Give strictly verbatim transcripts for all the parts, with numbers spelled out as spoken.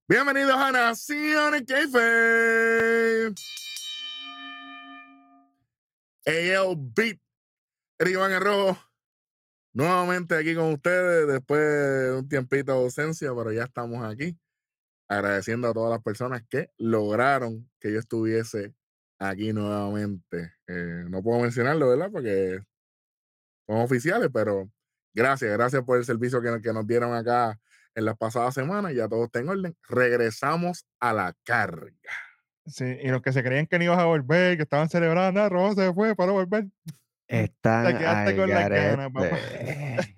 Bienvenidos a Nación Keife. A L Beat, Iván el Rojo, nuevamente aquí con ustedes después de un tiempito de ausencia, pero ya estamos aquí, agradeciendo a todas las personas que lograron que yo estuviese aquí nuevamente. Eh, no puedo mencionarlo, ¿verdad? Porque son oficiales, pero gracias, gracias por el servicio que, que nos dieron acá en las pasadas semanas. Ya todo está en orden. Regresamos a la carga. Sí, y los que se creían que no ibas a volver, que estaban celebrando, ah, Rojo se fue para no volver. Están Te quedaste al con las ganas, papá. garete.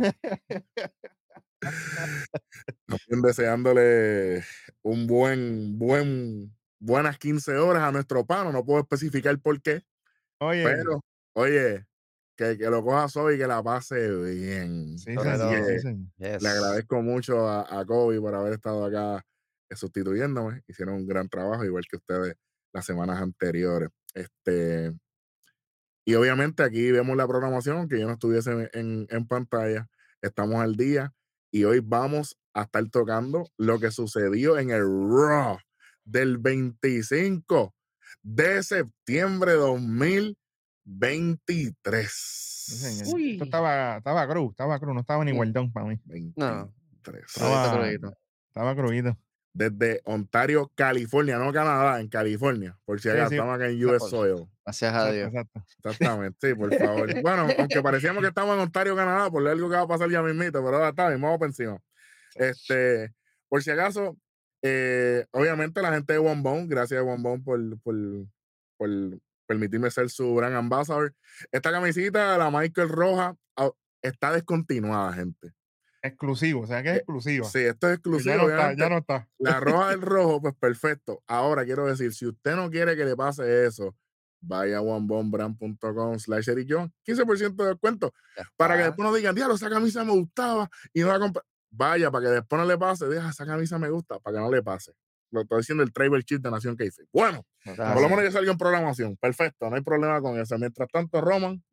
También deseándole un buen, buen, buenas quince horas a nuestro pano. No puedo especificar por qué, Oye, pero oye, que, que lo cojas hoy y que la pase bien. sí, Sobre Así señor, sí, todo. que señor. le Yes. agradezco mucho a, a Kobe por haber estado acá eh, sustituyéndome. Hicieron un gran trabajo, igual que ustedes las semanas anteriores. Este, y obviamente aquí vemos la programación, aunque yo no estuviese en, en, en pantalla. Estamos al día y hoy vamos a estar tocando lo que sucedió en el Raw del veinticinco de septiembre de dos mil Sí, señor. veintitrés. Esto Uy. estaba, estaba cruz, estaba cruz, no estaba ni Mm, guardón para mí. No, veintitrés. crudito, Estaba, crudito. estaba crudito. Desde Ontario, California, no Canadá, en California, por si Sí, acaso, sí, estamos acá en esa- U S Por- Soil. Gracias a exacto, Dios. exacto. Exactamente, sí, por favor. Bueno, aunque parecíamos que estamos en Ontario, Canadá, por algo que va a pasar ya mismito, pero ahora está bien, vamos por encima. Este, por si acaso, eh, obviamente la gente de One Bone, gracias a One Bone por, por, por permitirme ser su gran ambassador. Esta camisita, la Michael Roja, ah, está descontinuada, gente. Exclusivo, o sea que es Eh, exclusiva. sí, esto es Que ya exclusivo, no está, ya obviamente. no está. La roja del rojo, pues perfecto. Ahora quiero decir, si usted no quiere que le pase eso, vaya a onebonebrand punto com slash Eric John, quince por ciento de descuento, Ya para que está. después no digan, diablo, esa camisa me gustaba y no la compré. Vaya, para que después no le pase, deja, esa camisa me gusta, para que no le pase. Lo estoy diciendo el tribal chip de Nación Keife. Bueno, Está por lo Así. menos bien. ya salió en programación. Perfecto, no hay problema con eso. Mientras tanto, Roman,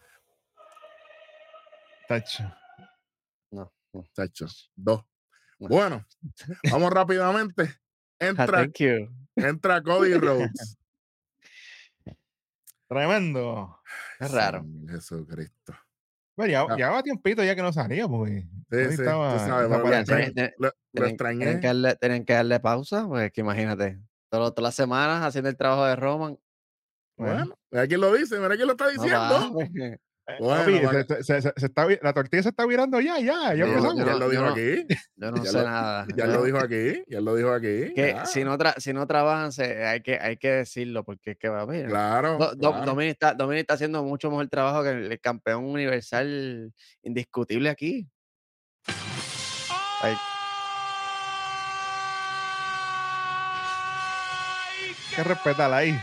Tacho. No, no, chacho, dos. no. Bueno, vamos rápidamente. Ah, Entra, thank you. entra Cody Rhodes. Tremendo. Es raro. Señor Jesucristo. Bueno, ya, Ah, ya va tiempito ya que no salía, porque sí, hoy sí, tú estaba sabes, pero lo Ya, desaparecido. tienen, extrañé, tienen, lo, lo tienen- tienen que extrañé. darle, tienen que darle pausa, pues que imagínate. Todo- todas las semanas haciendo el trabajo de Roman. Bueno. Bueno, mira quién lo dice, mira quién lo está No diciendo. va. Eh, Bueno, papi, va- se, se- se- se está, vi- la tortilla se está virando ya, ya, ya sí, Yo no, lo- yo empezamos. ya él no, lo yo dijo no, aquí. yo no Ya sé lo, nada. ya lo Yo, dijo aquí, ya lo dijo aquí. que Ya. si no, tra- si no trabajan, se, hay, que, hay que decirlo, porque es que va a ver. Claro, Do- Do- claro. Dominic está, Dominic está haciendo mucho mejor trabajo que el, el campeón universal indiscutible aquí. Like, Hay que respetarla ahí.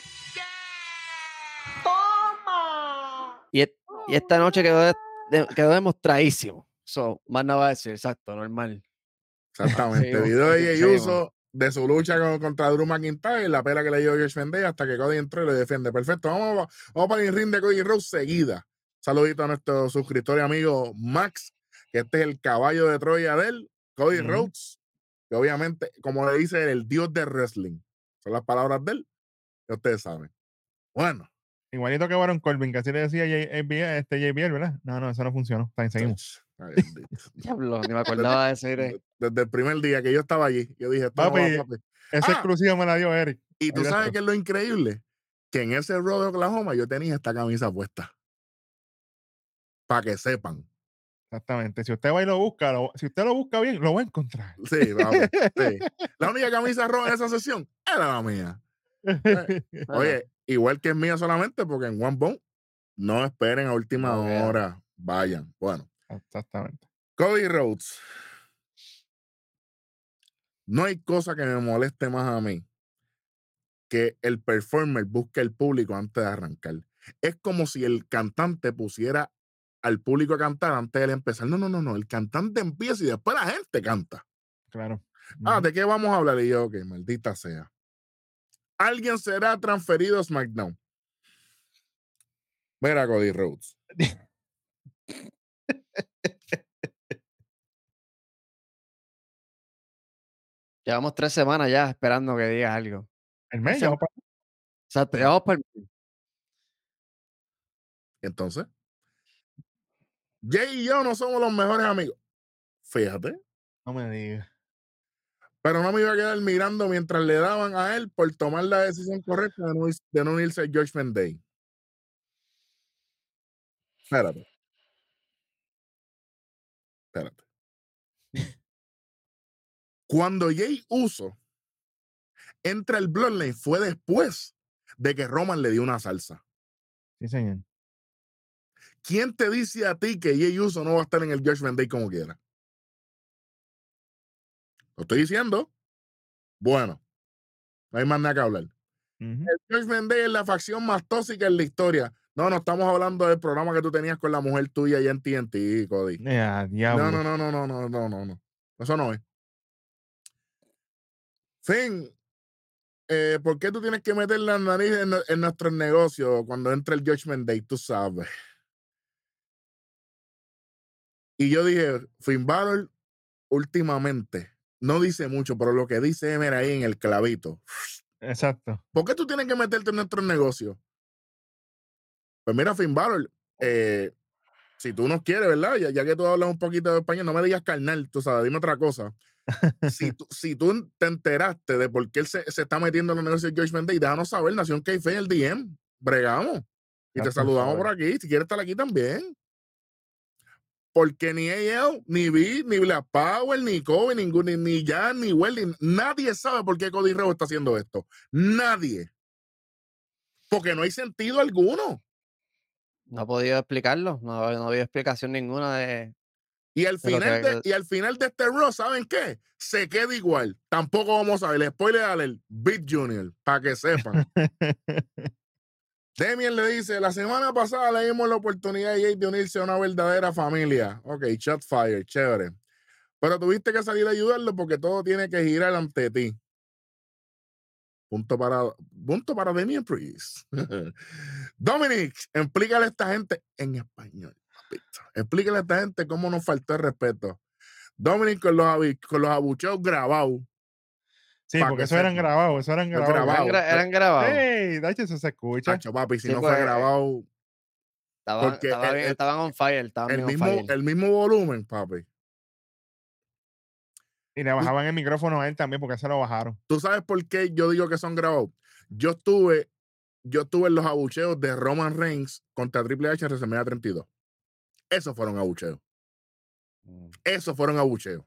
y, et- y esta noche quedó, de- de- quedó demostradísimo. So, más nada va a decir, exacto, normal. Exactamente. Seguimos, Video de segui- Jey seguimos. Uso de su lucha con- contra Drew McIntyre, la pela que le dio Josh Vendey hasta que Cody entró y le defiende. Perfecto. Vamos, vamos para el ring de Cody Rhodes seguida. Saludito a nuestro suscriptor y amigo Max, que este es el caballo de Troya de él, Cody Ujú. Rhodes, que obviamente, como le dice, el dios de wrestling. Son las palabras de él, que ustedes saben. Bueno, Igualito que Baron Corbin, que así le decía J- J B L, este J B L, ¿verdad? No, no, eso no funcionó. Está bien, seguimos. touch. Ay, bendito. Diablo, ni me Desde, acordaba de ese. Mire. desde el primer día que yo estaba allí, yo dije, esto no va, Papi, papi. esa Ah, exclusiva me la dio Eric. y Ahí tú sabes dentro. qué es lo increíble, que en ese Road de Oklahoma yo tenía esta camisa puesta, para que sepan. Exactamente. Si usted va y lo busca, lo- si usted lo busca bien, lo va a encontrar. Sí, papi, sí. La única camisa roja en esa sesión era la mía. Eh, Bueno, Oye, igual que es mía solamente, porque en One Bone no esperen a última no queda. hora, vayan. Bueno, Exactamente. Cody Rhodes, no hay cosa que me moleste más a mí que el performer busque el público antes de arrancar. Es como si el cantante pusiera al público a cantar antes de empezar. No, no, no, no. El cantante empieza y después la gente canta. Claro. Ah, Ujú. ¿de qué vamos a hablar? Y yo, ok, maldita sea. Alguien será transferido a SmackDown. Mira, Cody Rhodes. Llevamos tres semanas ya esperando que digas algo. El Tres mes, ya semanas. vamos pa- Exacto, ya vamos para el Entonces, Jay y yo no somos los mejores amigos. Fíjate. No me digas. Pero no me iba a quedar mirando mientras le daban a él por tomar la decisión correcta de no, ir- de no unirse al Judgment Day. Espérate, espérate. Cuando Jay Uso entra el Bloodline fue después de que Roman le dio una salsa. Sí, señor. ¿Quién te dice a ti que Jay Uso no va a estar en el Judgment Day como quiera? Lo estoy diciendo. Bueno, no hay más nada que hablar. Ujú. El Judgment Day es la facción más tóxica en la historia. No, no estamos hablando del programa que tú tenías con la mujer tuya allá en T N T, Cody. Ya, No, diablo. no, no, no, no, no, no, no, no. Eso no es. Finn, eh, ¿por qué tú tienes que meter la nariz en, en nuestros negocios cuando entra el Judgment Day? Tú sabes. Y yo dije, Finn Balor últimamente no dice mucho, pero lo que dice es, mira, ahí en el clavito. Exacto. ¿Por qué tú tienes que meterte en nuestros negocios? Pues mira, Finn Balor, eh, si tú no quieres, ¿verdad? Ya, ya que tú hablas un poquito de español, no me digas carnal, tú sabes, dime otra cosa. Si tú, si tú te enteraste de por qué él se, se está metiendo en los negocios de Judgment Day, déjanos saber, Nación K-F en el D M, bregamos. Y te Exacto, por saludamos favor. por aquí, si quieres estar aquí también. Porque ni A L, ni B, ni Black Power, ni Kobe, ningún, ni, ni Jan, ni Welding, nadie sabe por qué Cody Rhodes está haciendo esto. Nadie. Porque no hay sentido alguno. No he podido explicarlo, no, no había explicación ninguna de, Y al de lo final de, que... y al final de este Raw, ¿saben qué? Se queda igual. Tampoco vamos a ver. El spoiler alert, Big Junior, para que sepan. Demian le dice, la semana pasada le dimos la oportunidad a Jay de unirse a una verdadera familia. Ok, shot fire, chévere. Pero tuviste que salir a ayudarlo porque todo tiene que girar ante ti. Punto para, punto para Demian Priest. Dominic, explícale a esta gente en español, papito. Explícale a esta gente cómo nos faltó el respeto. Dominic con los, avi- con los abucheos grabados. Sí, Para porque que eso eran sepan. grabados, eso eran Los grabados. ¿Eran, grabados. gra- eran grabados? ¡Ey! Dacho, eso se escucha. Tacho, papi, si Sí, no fue pues, grabado, estaban, porque estaba el, bien, el- estaban on fire, estaban el bien on mismo, fire. el mismo volumen, papi. Y le bajaban el micrófono a él también porque se lo bajaron. ¿Tú sabes por qué yo digo que son grabados? Yo estuve, yo estuve en los abucheos de Roman Reigns contra Triple H en WrestleMania treinta y dos. Esos fueron abucheos. Mm. Esos fueron abucheos.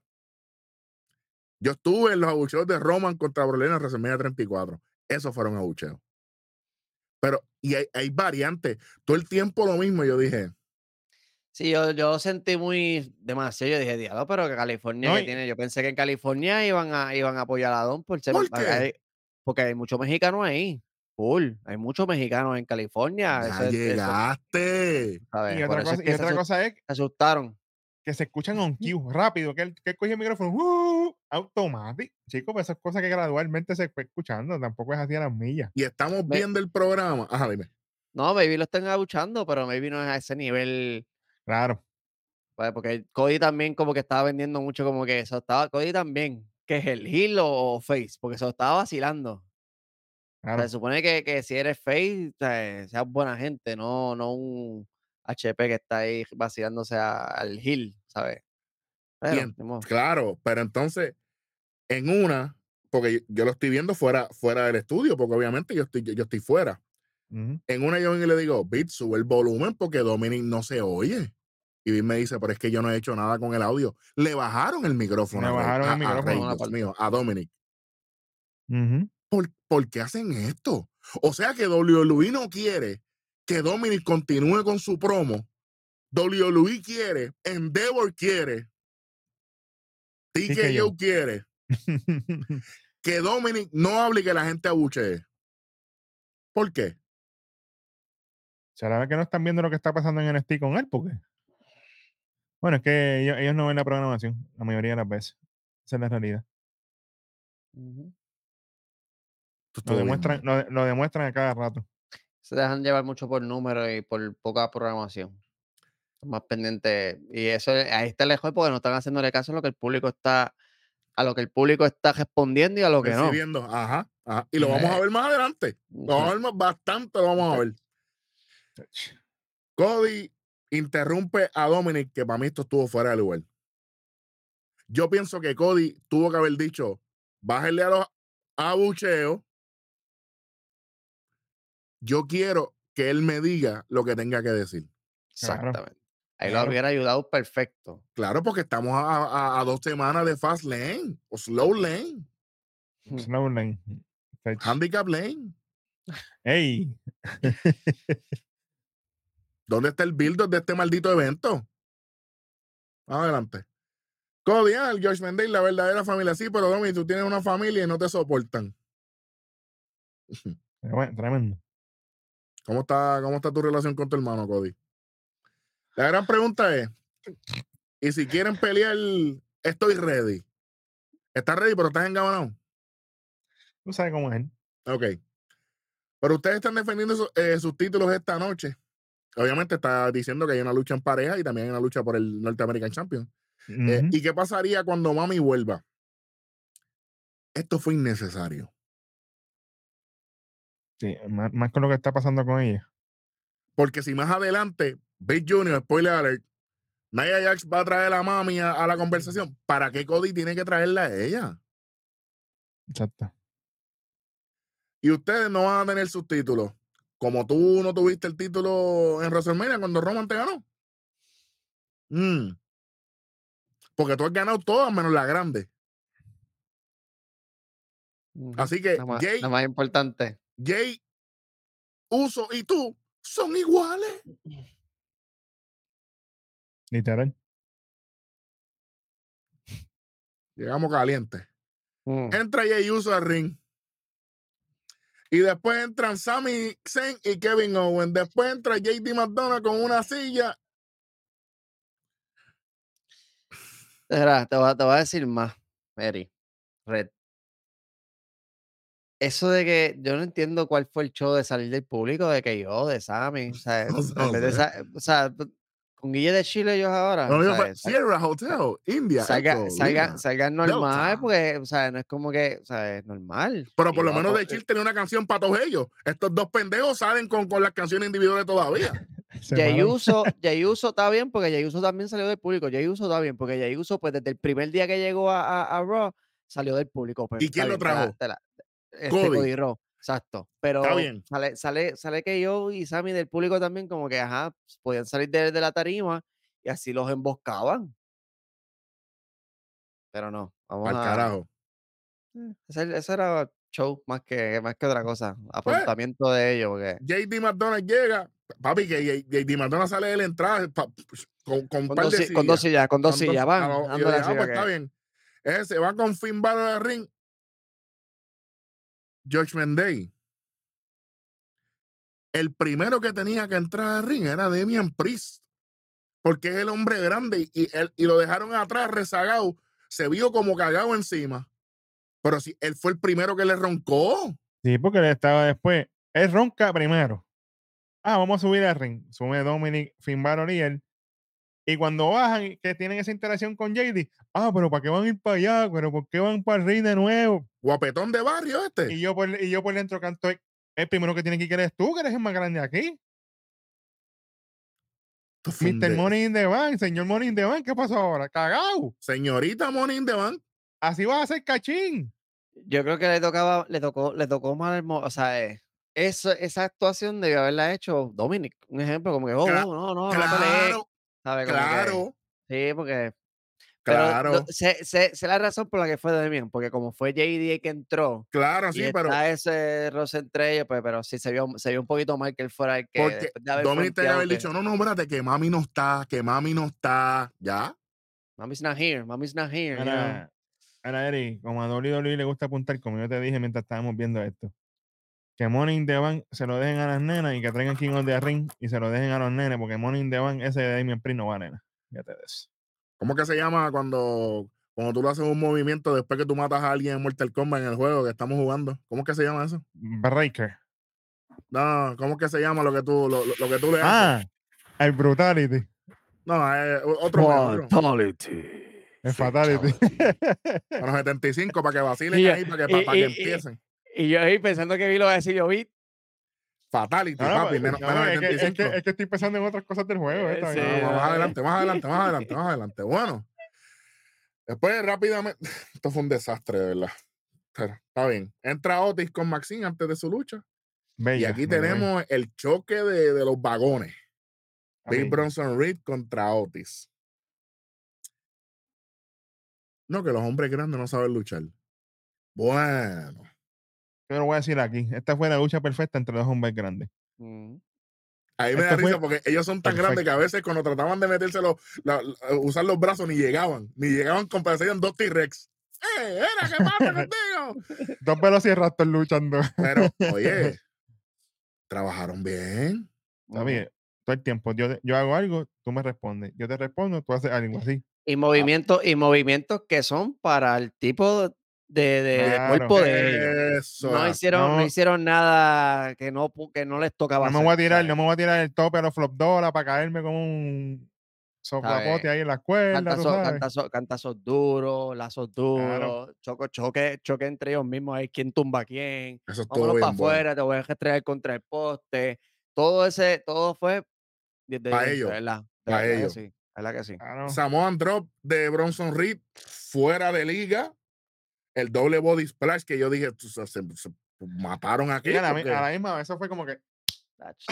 Yo estuve en los abucheos de Roman contra Brock Lesnar en WrestleMania treinta y cuatro. Esos fueron abucheos. Pero, y hay, hay variantes. Todo el tiempo lo mismo. Yo dije, Sí, yo, yo sentí muy demasiado. Yo dije, diablo, pero que California No, que y- tiene. Yo pensé que en California iban a, iban a apoyar a Don por ser. ¿por qué? hay- porque hay muchos mexicanos ahí. Full. Hay muchos mexicanos en California. Ya Eso es, eso, llegaste. ¿sabes? y Por otra eso es cosa, y que se, otra asu- cosa es se asustaron. que se escuchan on cue, rápido, que él, que él coge el micrófono, ¡uh! Automático. Chicos, pues esas cosas que gradualmente se fue escuchando, tampoco es así a las millas. Y estamos Me- viendo el programa. Ajá, dime. no, maybe lo están abuchando, pero maybe no es a ese nivel. Claro. Pues, porque Cody también como que estaba vendiendo mucho como que eso estaba, Cody también, que es el heel o face, porque se lo estaba vacilando. O sea, Claro. se supone que, que si eres face, o sea, seas buena gente, no, no un H P que está ahí vacilándose a- al heel, ¿sabes? Y Pero, en- ni modo. claro, pero entonces, en una, porque yo, yo lo estoy viendo fuera, fuera del estudio, porque obviamente yo estoy, yo, yo estoy fuera. Ujú. En una yo vengo y le digo, Bit, sube el volumen porque Dominic no se oye. Y Bit me dice, pero es que yo no he hecho nada con el audio. Le bajaron el micrófono Le a Rey, bajaron a, el a Rey, micrófono. una Dios parte. mío, a Dominic. Ujú. ¿Por, por qué hacen esto? O sea que W W E no quiere que Dominic continúe con su promo. W W E quiere, Endeavor quiere, Sí que yo. T K O quiere que Dominic no hable y que la gente abuchee. ¿Por qué? ¿Será que no están viendo lo que está pasando en N X T con él? Porque, bueno, es que ellos, ellos no ven la programación la mayoría de las veces. Esa es la realidad. Ujú. Esto Lo estuvo bien demuestran, mal. lo, lo demuestran a cada rato. Se dejan llevar mucho por números y por poca programación. Son más pendientes. Y eso, es- ahí está lejos porque no están haciéndole caso a lo que el público está a lo que el público está respondiendo y a lo que no. Recibiendo, ajá, ajá. Y lo vamos a Eh. ver más adelante. Lo vamos a ver más, bastante, lo vamos a ver. Cody interrumpe a Dominic, que para mí esto estuvo fuera de lugar. Yo pienso que Cody tuvo que haber dicho, bájenle a los abucheos. Yo quiero que él me diga lo que tenga que decir. Claro, Exactamente. Ahí claro. lo hubiera ayudado perfecto. Claro, porque estamos a, a- a dos semanas de fast lane o slow lane, Slow lane. Tach. handicap lane. Ey. ¿Dónde está el build de este maldito evento? Adelante. Cody, ah, el George Mendez, la verdadera familia. Sí, pero Domi, tú tienes una familia y no te soportan. Bueno, tremendo. ¿Cómo está, ¿Cómo está tu relación con tu hermano, Cody? La gran pregunta es, y si quieren pelear, estoy ready. ¿Estás ready, pero estás engabanado? Tú sabes cómo es él. Ok. Pero ustedes están defendiendo su- eh, sus títulos esta noche. Obviamente está diciendo que hay una lucha en pareja y también hay una lucha por el North American Champion. Eh, Ujú. ¿Y qué pasaría cuando Mami vuelva? Esto fue innecesario. Sí, más, más con lo que está pasando con ella. Porque si más adelante, Big Junior, spoiler alert, Nia Jax va a traer a Mami a, a la conversación, ¿para qué Cody tiene que traerla a ella? Exacto. Y ustedes no van a tener sus títulos. Como tú no tuviste el título en WrestleMania cuando Roman te ganó. Mm. Porque tú has ganado todas menos la grande. Ujú. Así que Lo más, Jay, lo más importante. Jay, Uso y tú son iguales. Literal. Llegamos calientes. Mm. Entra Jay Uso al ring. Y después entran Sami Zayn y Kevin Owens. Después entra J D McDonald con una silla. Espera, te voy, a- te voy a decir más, Mary. Red. Eso de que yo no entiendo cuál fue el show de salir del público, de que yo, de Sammy, o sea, No sé, en no vez de, sé. sa- o sea, p- con Guille de Chile ellos ahora, No, o yo, sea, sal- Sierra Hotel, India, salga, Echo, salga, Lima, salgan normal, Delta. porque, o sea, no es como que, o sea, es normal. Pero Y por lo yo menos apo- de Chill tenía una canción para todos ellos. Estos dos pendejos salen con, con las canciones individuales todavía. Jay Separado. Uso, Jay Uso está bien porque Jay Uso también salió del público. Jay Uso está bien porque Jay Uso, pues desde el primer día que llegó a, a, a Raw, salió del público. Pues ¿Y está quién lo bien, te la- trajo? te la- este Cody. Cody Raw, exacto. Está Pero bien. sale, sale, sale que yo y Sammy del público también, como que, ajá, podían salir de, de la tarima y así los emboscaban. Pero no, vamos Al a. carajo. eh, Ese, ese era show más que, más que otra cosa. Pues, Afrontamiento de ellos, porque. J D McDonald llega. Papi, que J D McDonald sale de la entrada pa- con, con un Con par dos, de si- con dos sillas. sillas, con dos Con dos- sillas, a van, lo- y yo dando dije, la ah, silla pues está que. bien. Ese se va con Finn Balor al ring. George Mendez. El primero que tenía que entrar al ring era Damian Priest. Porque es el hombre grande y, él, y lo dejaron atrás rezagado. Se vio como cagado encima. Pero si él fue el primero que le roncó. Sí, porque él estaba después. Él ronca primero. Ah, vamos a subir al ring. Sube Dominic, Finn Balor y él. Y cuando bajan, y que tienen esa interacción con J D, ah, pero ¿para qué van a ir para allá? ¿Pero por qué van para el ring de nuevo? Guapetón de barrio este. Y yo por, y yo por dentro canto, el primero que tiene que ir eres tú, que eres el más grande aquí. Esto fue un mister de- Money in the Bank, señor Money in the Bank, ¿qué pasó ahora? ¡Cagao! Señorita Money in the Bank. Así vas a hacer cachín. Yo creo que le tocaba, le tocó, le tocó mal el mo- o sea, eh, eso, esa actuación debió haberla hecho Dominic, un ejemplo, como que, oh, Cla- oh, no, no, no peleé, claro, ¿sabes? Como que, claro, sí, porque, pero claro, do- sé, sé, sé la razón por la que fue Demian, porque como fue J D el que entró, claro, y sí, pero está ese roce entre ellos, pues, pero sí se vio, se vio un poquito mal que él fuera el que, porque después de haber Dominic tenía que fronteado haber que, dicho, no, no, espérate, que mami no está, que mami no está, ya. Mommy's not here, Mommy's not here, you know. Ahora, ahora Eri, como a W W E le gusta apuntar, como yo te dije mientras estábamos viendo esto, que Money in the Bank se lo dejen a las nenas y que traigan King of the Ring y se lo dejen a los nenes, porque Money in the Bank ese de Damian Priest no va, nena. Fíjate de eso. ¿Cómo que se llama cuando, cuando tú le haces un movimiento después que tú matas a alguien en Mortal Kombat en el juego que estamos jugando? ¿Cómo que se llama eso? Breaker. No, ¿cómo que se llama lo que tú, lo, lo- lo que tú le haces? Ah, el Brutality. No, eh, otro mejor. Fatality. Es Sí, fatality. chaval. Bueno, setenta y cinco para que vacilen Y yo, ahí, para que, y, para, que y- y- empiecen. y yo ahí pensando que vi lo de decir yo vi. Fatality, No, no, papi, pues, menos, no, menos es, que, es, que, setenta y cinco. es que estoy pensando en otras cosas del juego. Eh, Eh, sí, también. Ah, más no, adelante, más adelante, más adelante, más adelante, más adelante. Bueno, después rápidamente, esto fue un desastre, de verdad. Pero está bien. Entra Otis con Maxine antes de su lucha. Y Bella, aquí by the way. tenemos el choque de, de los vagones. Big Ok. Bronson Reed contra Otis. No, que los hombres grandes no saben luchar. Bueno, Yo lo voy a decir aquí. Esta fue la lucha perfecta entre dos hombres grandes. Mm. ahí me da Esto risa fue porque ellos son tan grandes que a perfecto. veces cuando trataban de metérselo, la- la- usar los brazos ni llegaban. Ni llegaban con parecían dos T-Rex. ¡Eh, era, qué pasa contigo! Dos velociraptors luchando. Pero, oye, trabajaron bien. Está Ujú. bien. Todo el tiempo. Yo, yo hago algo, tú me respondes. Yo te respondo, tú haces algo así. Y movimientos, y movimientos que son para el tipo de, de- de Claro. cuerpo de ellos. Eso No es así. hicieron, no No, hicieron nada que no, pu- que no les tocaba no me hacer, voy a tirar, ¿sabes? no me voy a tirar el tope a los flop dólares para caerme como un ¿Sabes? soplapote ahí en la cuerda, tú Cantazos, sabes. cantazos, cantazos duros, lazos Claro. duros, choque, choque, choque entre ellos mismos, ahí quién tumba a quién, Eso estuvo vámonos para bien bueno. afuera, te voy a estrellar contra el poste. Todo ese, todo fue diez de Para diez, de ellos, verdad, de para verdad que ellos. sí, de verdad que sí. Claro. Samoan Drop de Bronson Reed fuera de liga. El doble body splash que yo dije, se, se- se mataron aquí. Y a la, mi- Porque, a la misma vez, eso fue como que. Tach.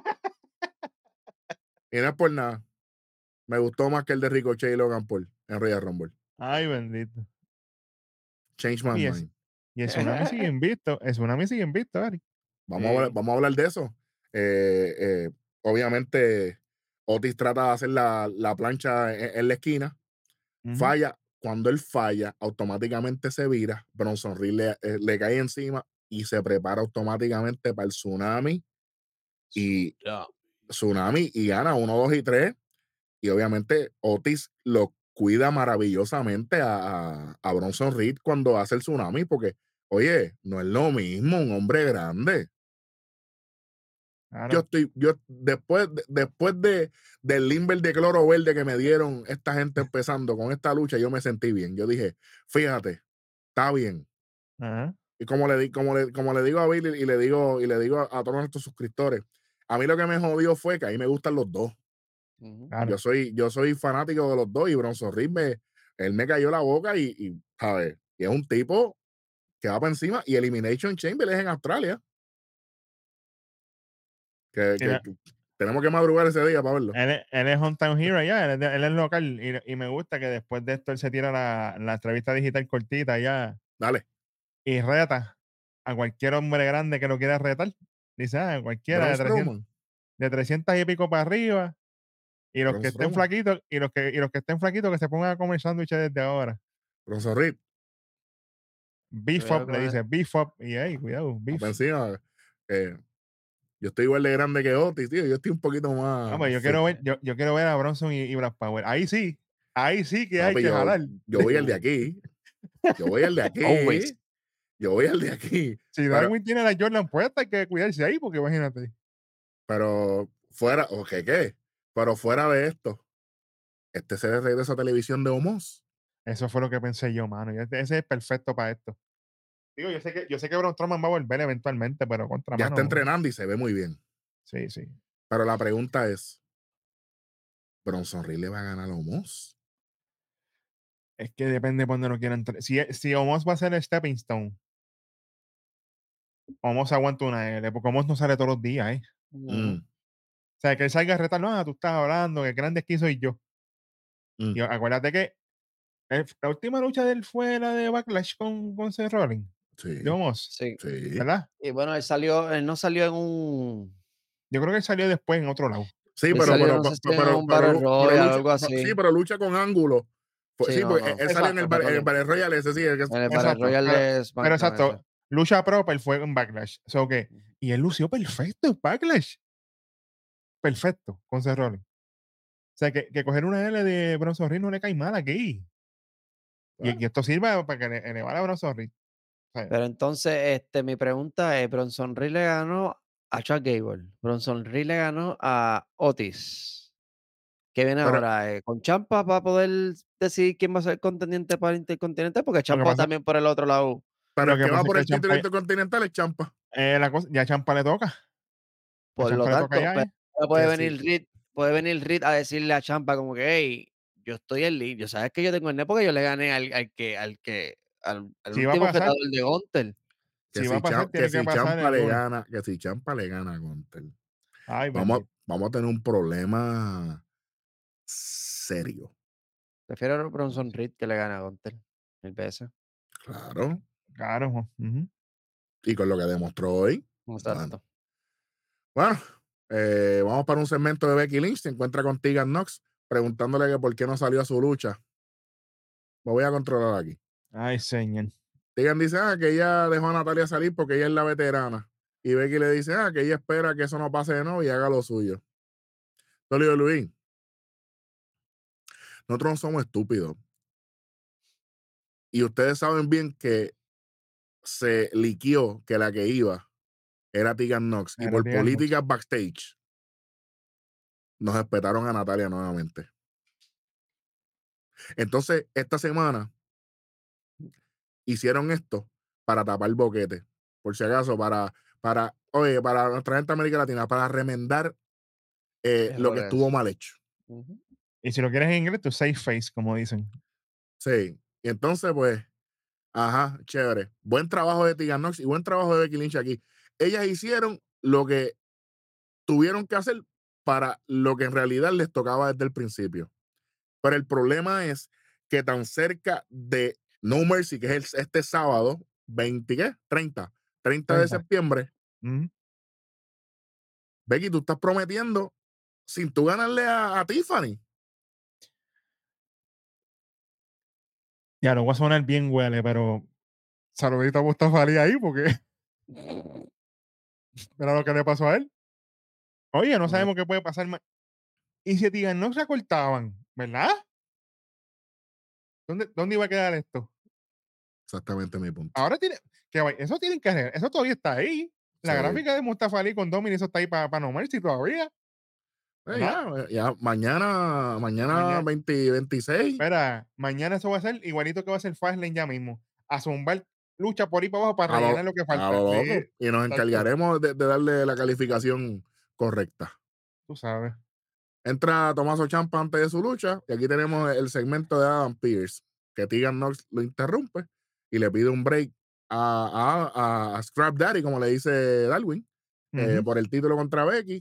y no es por nada. Me gustó más que el de Ricochet y Logan Paul en Royal Rumble. Ay, bendito. Change my Y, es, mind. y el tsunami sigue invicto. El tsunami sigue invicto, Ari. Vamos, a hablar, Sí. vamos a hablar de eso. Eh, eh, obviamente, Otis trata de hacer la, la plancha en, en la esquina. Ujú. Falla. Cuando él falla, automáticamente se vira. Bronson Reed le, eh, le cae encima y se prepara automáticamente para el tsunami. Y Ya. tsunami y gana uno, dos y tres. Y obviamente Otis lo cuida maravillosamente a, a, a Bronson Reed cuando hace el tsunami, porque, oye, no es lo mismo un hombre grande. Claro. Yo estoy, yo después, de, después de, del limber de cloro verde que me dieron esta gente empezando con esta lucha, yo me sentí bien. Yo dije, fíjate, está bien. Ajá. Y como le, di- como le, como le digo a Billy y le digo, y le digo a, a todos nuestros suscriptores, a mí lo que me jodió fue que a mí me gustan los dos. Ujú. Claro. Yo soy, yo soy fanático de los dos y Bronson Reed me, él me cayó la boca y, y, ¿sabes? Y es un tipo que va para encima y Elimination Chamber es en Australia. Que, Sí, que- la- que tenemos que madrugar ese día para verlo. él, es- él es hometown hero ya, él, es de- él es local. Y, y me gusta que después de esto él se tira la, la entrevista digital cortita ya Dale, y reta a cualquier hombre grande que lo quiera retar. Dice, ah, cualquiera Braun de trescientos, Strowman. de trescientos y pico para arriba. Y los Braun que estén Strowman. flaquitos, y los que, y los que estén flaquitos que se pongan a comer sándwiches desde ahora. Bronson Reed, Beef Creo up, le que- dice, beef up. Y ahí, cuidado, va beef. para encima. Eh, yo estoy igual de grande que Otis, tío. Yo estoy un poquito más. Ah, pues yo fit. quiero ver, yo, yo quiero ver a Bronson y, y Black Power. Ahí sí, ahí sí que hay Papi, que yo, jalar. yo voy al de aquí. Yo voy al de aquí. Always. Yo voy al de aquí. Si Pero, Darwin tiene la Jordan puesta, hay que cuidarse ahí, porque imagínate. pero fuera, o que qué. Pero fuera de esto, este se le regresa a televisión de Homos. Eso fue lo que pensé yo, mano. Y ese ese es perfecto para esto. Digo, yo sé que, yo sé que Braun Strowman va a volver eventualmente, pero contra Ya está mano. entrenando y se ve muy bien. Sí, sí. Pero la pregunta es: ¿Bronson Reed le va a ganar a Homos? Es que depende de cuándo lo quieran. tra- Si, si Omos va a ser el Stepping Stone, Omos aguanta una L, porque Omos no sale todos los días, ¿eh? Ujú. Mm, O sea, que él salga a retar, no, tú estás hablando, que grande aquí soy yo. mm, Y acuérdate que el- la última lucha de él fue la de Backlash con, con Seth Rollins, de sí, Omos, Sí. sí. ¿verdad? Y bueno, él salió, él no salió en un. Yo creo que él salió después en otro lado. Sí, Él pero, salió, pero, no sé pero, si en pero, un pero, Battle lu- pero Royale o lucha, algo no, sí, así. pero lucha con ángulo. Fue- Sí, sí, no, porque no. él, él salió en Exacto, el, Ba- en el perdón. Battle Royale, ese sí. el que- En el Battle Exacto. Royale Pero, de pero SmackDown exacto, ese. lucha proper fue en Backlash. So que, y él lució perfecto en Backlash. Perfecto, con Seth Rollins. O sea, que, que coger una L de Bronson Reed no le cae mal aquí. Y, Ah, y esto sirve para que ele- elevar a Bronson Reed. O sea, Pero entonces, este, mi pregunta es: Bronson Reed le ganó a Chad Gable. Bronson Reed le ganó a Otis. ¿Qué viene Pero- ahora? Eh, ¿Con Champa para poder decidir quién va a ser contendiente para el Intercontinental? Porque Champa pasa- también por el otro lado. Pero Lo el que que va pasa es por que el título Ciampa- intercontinental es Champa. eh, la cosa, ya a Champa le toca. A Por lo Champa le toca tanto, ya, pues, ¿eh? ahora puede Que venir sí. Reed, puede venir Reed a decirle a Champa como que, hey, yo estoy en línea. Yo sabes que yo tengo el net porque yo le gané al, al que, al que, al, al Si va a último pasar, retador de Gunter. Que si va si, a pasar, Cham- que tiene que si pasar Champa el le lunes. gana, que si Champa le gana a Gunter, Ay, vamos, bendito. vamos a tener un problema serio. Prefiero a Bronson Reed que le gane a Gunter. Mil veces. Claro. Claro. ujú. Y con lo que demostró hoy. Exacto. Bueno, eh, vamos para un segmento de Becky Lynch. Se encuentra con Tegan Knox preguntándole que por qué no salió a su lucha. Me voy a controlar aquí. Ay, señor. Tegan dice ah, que ella dejó a Natalia salir porque ella es la veterana. Y Becky le dice ah, que ella espera que eso no pase de nuevo y haga lo suyo. Yo le digo, Luis, nosotros no somos estúpidos. Y ustedes saben bien que se liquió que la que iba era Tegan Knox. Y Era por Tegan Knox. políticas backstage nos respetaron a Natalia nuevamente. Entonces, esta semana hicieron esto para tapar el boquete. Por si acaso, para, para, oye, para nuestra gente de América Latina, para remendar eh, lo que Errores. estuvo mal hecho. Ujú. Y si lo quieres en inglés, tu safe face, como dicen. Sí. Y entonces, pues, ajá, chévere. Buen trabajo de Tegan Knox y buen trabajo de Becky Lynch aquí. Ellas hicieron lo que tuvieron que hacer para lo que en realidad les tocaba desde el principio. Pero el problema es que tan cerca de No Mercy, que es el- este sábado, veinte, ¿qué? treinta, treinta de treinta. septiembre, Ujú. Becky, tú estás prometiendo sin tú ganarle a, a Tiffany. Ya, lo voy a sonar bien huele, pero saludito a Mustafa Ali ahí porque era lo que le pasó a él. Oye, no sabemos qué puede pasar. ma- Y si Tegan no se acortaban, ¿verdad? ¿Dónde, ¿Dónde iba a quedar esto? Exactamente mi punto. Ahora tiene, que vaya, eso tienen que hacer, eso todavía está ahí. La Sí. gráfica de Mustafa Ali con Dominic, eso está ahí para No Mercy todavía. Eh, ¿Verdad? ya, ya, mañana, mañana Mañana- veinte, veintiséis. Espera, mañana eso va a ser igualito que va a ser Fastlane ya mismo. A zumbar lucha por ahí para abajo para A lo, rellenar lo que a falta. lo Sí, loco. Y nos exacto. encargaremos de, de darle la calificación correcta. Tú sabes. Entra Tommaso Ciampa antes de su lucha y aquí tenemos el segmento de Adam Pearce, que Tegan Knox lo interrumpe y le pide un break a, a, a Scrap Daddy, como le dice Darwin, eh, Ujú. por el título contra Becky.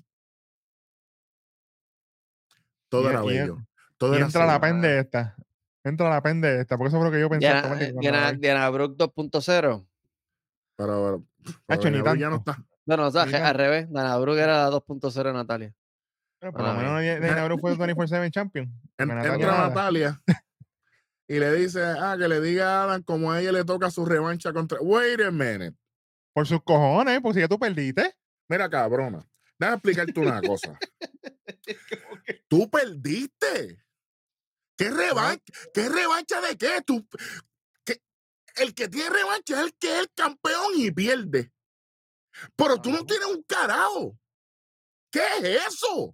Todo Y, era y- bello. Todo y era entra la azul. pen de esta. Entra la pen de esta, porque eso fue lo que yo pensé Diana, automático cuando la Diana, vi. Diana Brooke dos punto cero. Pero, pero Hacho, ni Dana Brooke ya no tanto. está. Bueno, o sea, Ni que al tanto. revés. Diana Brooke era la dos punto cero de Natalia. Pero por lo Mala menos mía. Dana Brooke fue veinticuatro siete champion. Porque En- Natalia entra nada. Natalia y le dice, ah, que le diga a Adam como a ella le toca su revancha contra. Wait a minute. Por sus cojones, porque si ya tú perdiste. Mira, cabrona. Déjame explicarte una cosa. Como que- Tú perdiste. ¿Qué revancha? ¿Qué revancha de qué? Tú, ¿qué? El que tiene revancha es el que es el campeón y pierde. Pero tú no Ajá. tienes un carajo. ¿Qué es eso?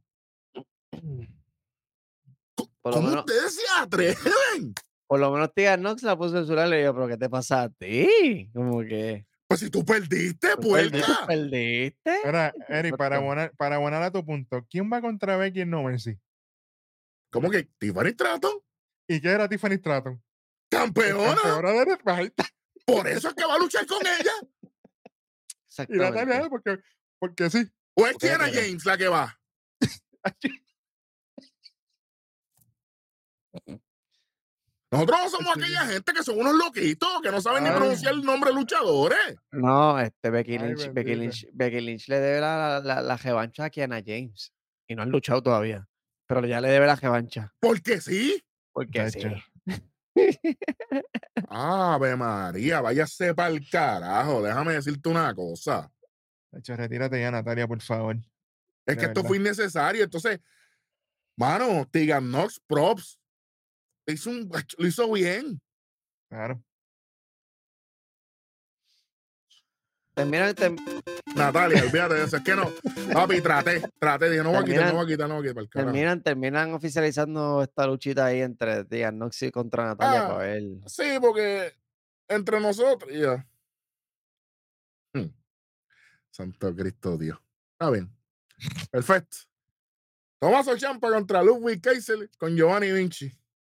Por lo ¿Cómo menos, ustedes se atreven? por lo menos Tegan Knox la puso en su lado y le digo, pero ¿qué te pasa a ti? Como que. Pues si tú perdiste, ¿Tú perdiste? puerca. ¿Perdiste? Ahora, Eric, para Exacto. abonar, para abonar a tu punto, ¿quién va contra Becky en No Mercy? ¿Cómo que Tiffany Stratton? ¿Y qué era Tiffany Stratton? Campeona. Campeona de Red Ahí está. Por eso es que va a luchar con ella. Y Natalia, Exactamente. porque, porque sí. ¿O es Porque Kiana quiere. James la que va? Nosotros no somos aquella gente que son unos loquitos que no saben ni Ay. pronunciar el nombre de luchadores. No, este Becky Ay, Lynch, Becky bendito. Lynch, Becky Lynch le debe la, la, la revancha a Kiana James. Y no han luchado todavía. Pero ya le debe la revancha. Porque sí. Porque sí. Tacho. Ave María, váyase para el carajo. Déjame decirte una cosa. Tacho, retírate ya, Natalia, por favor. Es De que esto verdad. fue innecesario. Entonces, mano, Tegan Knox, props. Hizo un, lo hizo bien. Claro. Terminan, term- Natalia, olvídate de eso. Es que no, papi, traté, traté. Dije, no voy a quitar, no terminan, voy a quitar, no voy a quitar, para el carajo. terminan, terminan oficializando esta luchita ahí entre Tegan Nox y contra Natalia Ah, para ver. sí, porque entre nosotros, ya. Hmm. Santo Cristo Dios. Está bien. Perfecto. Tommaso Ciampa contra Ludwig Kaiser con Giovanni Vinci.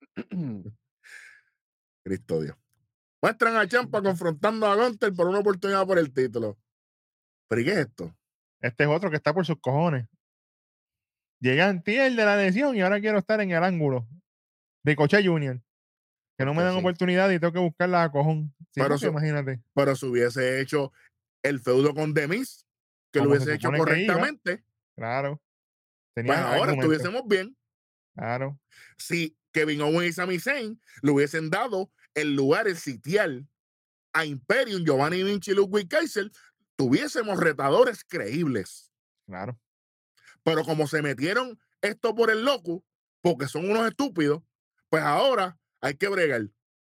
Cristo Dios. Muestran a Ciampa confrontando a Gunther por una oportunidad por el título. ¿Pero y qué es esto? Este es otro que está por sus cojones. Llega Antier de la lesión y ahora quiero estar en el ángulo. Ricochet Junior Que no me Porque dan sí. oportunidad y tengo que buscarla a cojón. Sí, Pero, porque su, imagínate. pero si hubiese hecho el feudo con Demis, que lo Como se hubiese hecho supone que iba. correctamente, Claro. pues Tenía ahora argumentos. estuviésemos bien. Claro. Si Kevin Owens y Sami Zayn le hubiesen dado el lugar, el sitial a Imperium, Giovanni Vinci y Ludwig Kaiser, tuviésemos retadores creíbles. Claro. Pero como se metieron esto por el loco, porque son unos estúpidos, pues ahora hay que bregar.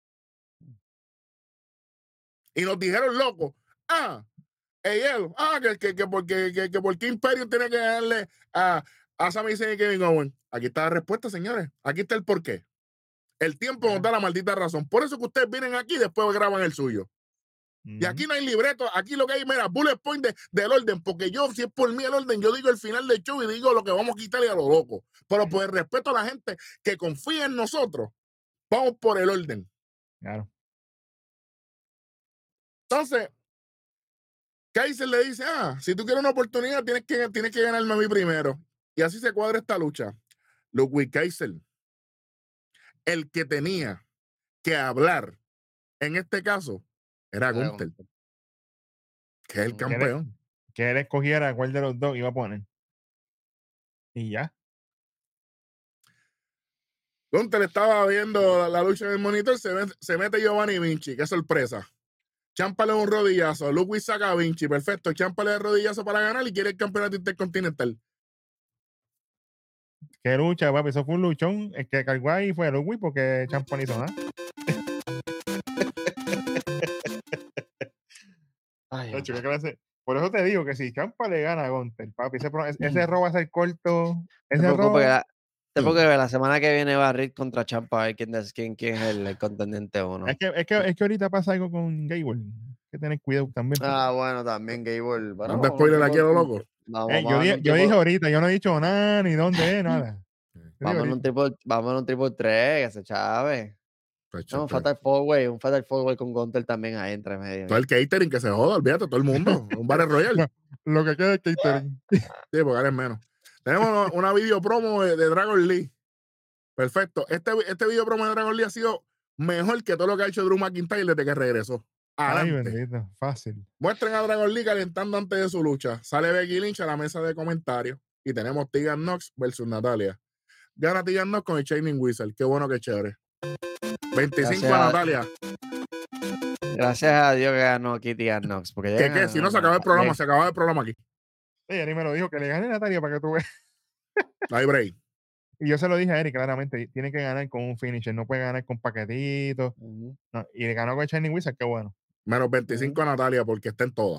Y nos dijeron locos, ah, ellos, ah, que, que, que, porque, que, que porque Imperium tiene que darle a, a Sami Zayn y Kevin Owens. Aquí está la respuesta, señores. Aquí está el porqué. El tiempo nos da la maldita razón. Por eso que ustedes vienen aquí y después graban el suyo. Y aquí no hay libreto, aquí lo que hay, mira, bullet point de, del orden, porque yo, si es por mí el orden, yo digo el final del show y digo lo que vamos a quitarle a lo loco. Pero por el respeto a la gente que confía en nosotros, vamos por el orden. Claro. Entonces, Kaiser le dice, ah, si tú quieres una oportunidad, tienes que, tienes que ganarme a mí primero. Y así se cuadra esta lucha. Ludwig Kaiser, el que tenía que hablar, en este caso, era Era Gunther, Gunther. que es el Mm. campeón. Que él escogiera cuál de los dos iba a poner. Y ya. Gunther estaba viendo la, la lucha en el monitor, se, ve- se mete Giovanni Vinci, qué sorpresa. Ciampa le da un rodillazo, Ludwig saca a Vinci, perfecto. Ciampa le da el rodillazo para ganar y quiere el campeonato intercontinental. Qué lucha, papi. Eso fue un luchón. El que cargó ahí fue Ludwig porque Champa no hizo nada. Ay, Tacho, hombre. ¿qué clase? Por eso te digo que si Champa le gana a Gunther, papi, ese, pro- ese error va a ser corto. Te Ese preocupes que error. la, te preocupes que la semana que viene va a Rick contra Champa a ver quién, es- quién, quién es el, el contendiente o no. Es que, es, que, es que ahorita pasa algo con Gable. Hay que tener cuidado también. Ah, bueno, también Gable. Bueno, Anda vamos a un spoiler aquí a tipo, lo loco. vamos, Eh, vamos yo, a di- darle un yo dije tipo, ahorita, yo no he dicho nada, ni dónde es, nada. Yo dije vamos a un ahorita. triple, vamos a un triple tres, que se chave. Tacho, No, un todo- fatal forward, un fatal forward con Gunter también ahí entre medio. todo el catering que se joda, olvídate, todo el mundo. Un Battle Royale. No, lo que queda es catering. Sí, porque ahora es menos. Tenemos una, una video promo de, de Dragon Lee. Perfecto. Este, este video promo de Dragon Lee ha sido mejor que todo lo que ha hecho Drew McIntyre desde que regresó. Ay, Adelante. bendito, fácil. Muestren a Dragon Lee calentando antes de su lucha. Sale Becky Lynch a la mesa de comentarios. Y tenemos Tegan Nox versus Natalia. Gana Tegan Nox con el Shining Wizard. Qué bueno, qué chévere. veinticinco Gracias a a, Natalia. gracias a Dios que ganó Kitty Knox. Porque ¿Qué, llegan qué? Si no se acaba el programa, se acaba el programa aquí. Sí, Eric me lo dijo, que le gane a Natalia para que tú veas. No hay break. Y yo se lo dije a Eric claramente, tiene que ganar con un finisher, no puede ganar con paquetitos. uh-huh. No, y le ganó con Shining Wizard, qué bueno. Menos veinticinco uh-huh. a Natalia porque está en todas.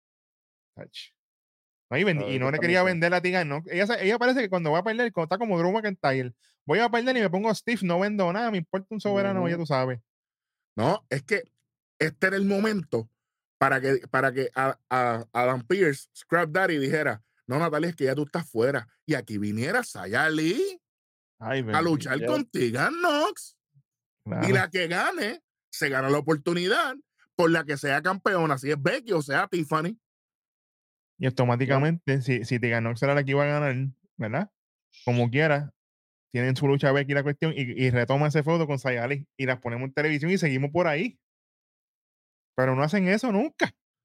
No, y, vendi- y no le quería vender la Tegan, ¿no? Ella, ella parece que cuando va a perder, está como Drew McIntyre. Voy a perder y me pongo Steve, no vendo nada, me importa un soberano, uh-huh. ya tú sabes. No, es que este era el momento para que, para que a, a, Adam Pearce, Scrap Daddy, dijera, no, Natalia, es que ya tú estás fuera. Y aquí viniera Saya Lee Ay, a luchar yo. con Tegan Nox. Claro. Y la que gane, se gana la oportunidad por la que sea campeona, si es Becky o sea Tiffany. Y automáticamente, yeah. si, si Tegan Nox era la que iba a ganar, ¿verdad? Como quiera, tienen su lucha Becky la cuestión y, y retoma ese feudo con Saya Lee y las ponemos en televisión y seguimos por ahí. Pero no hacen eso nunca.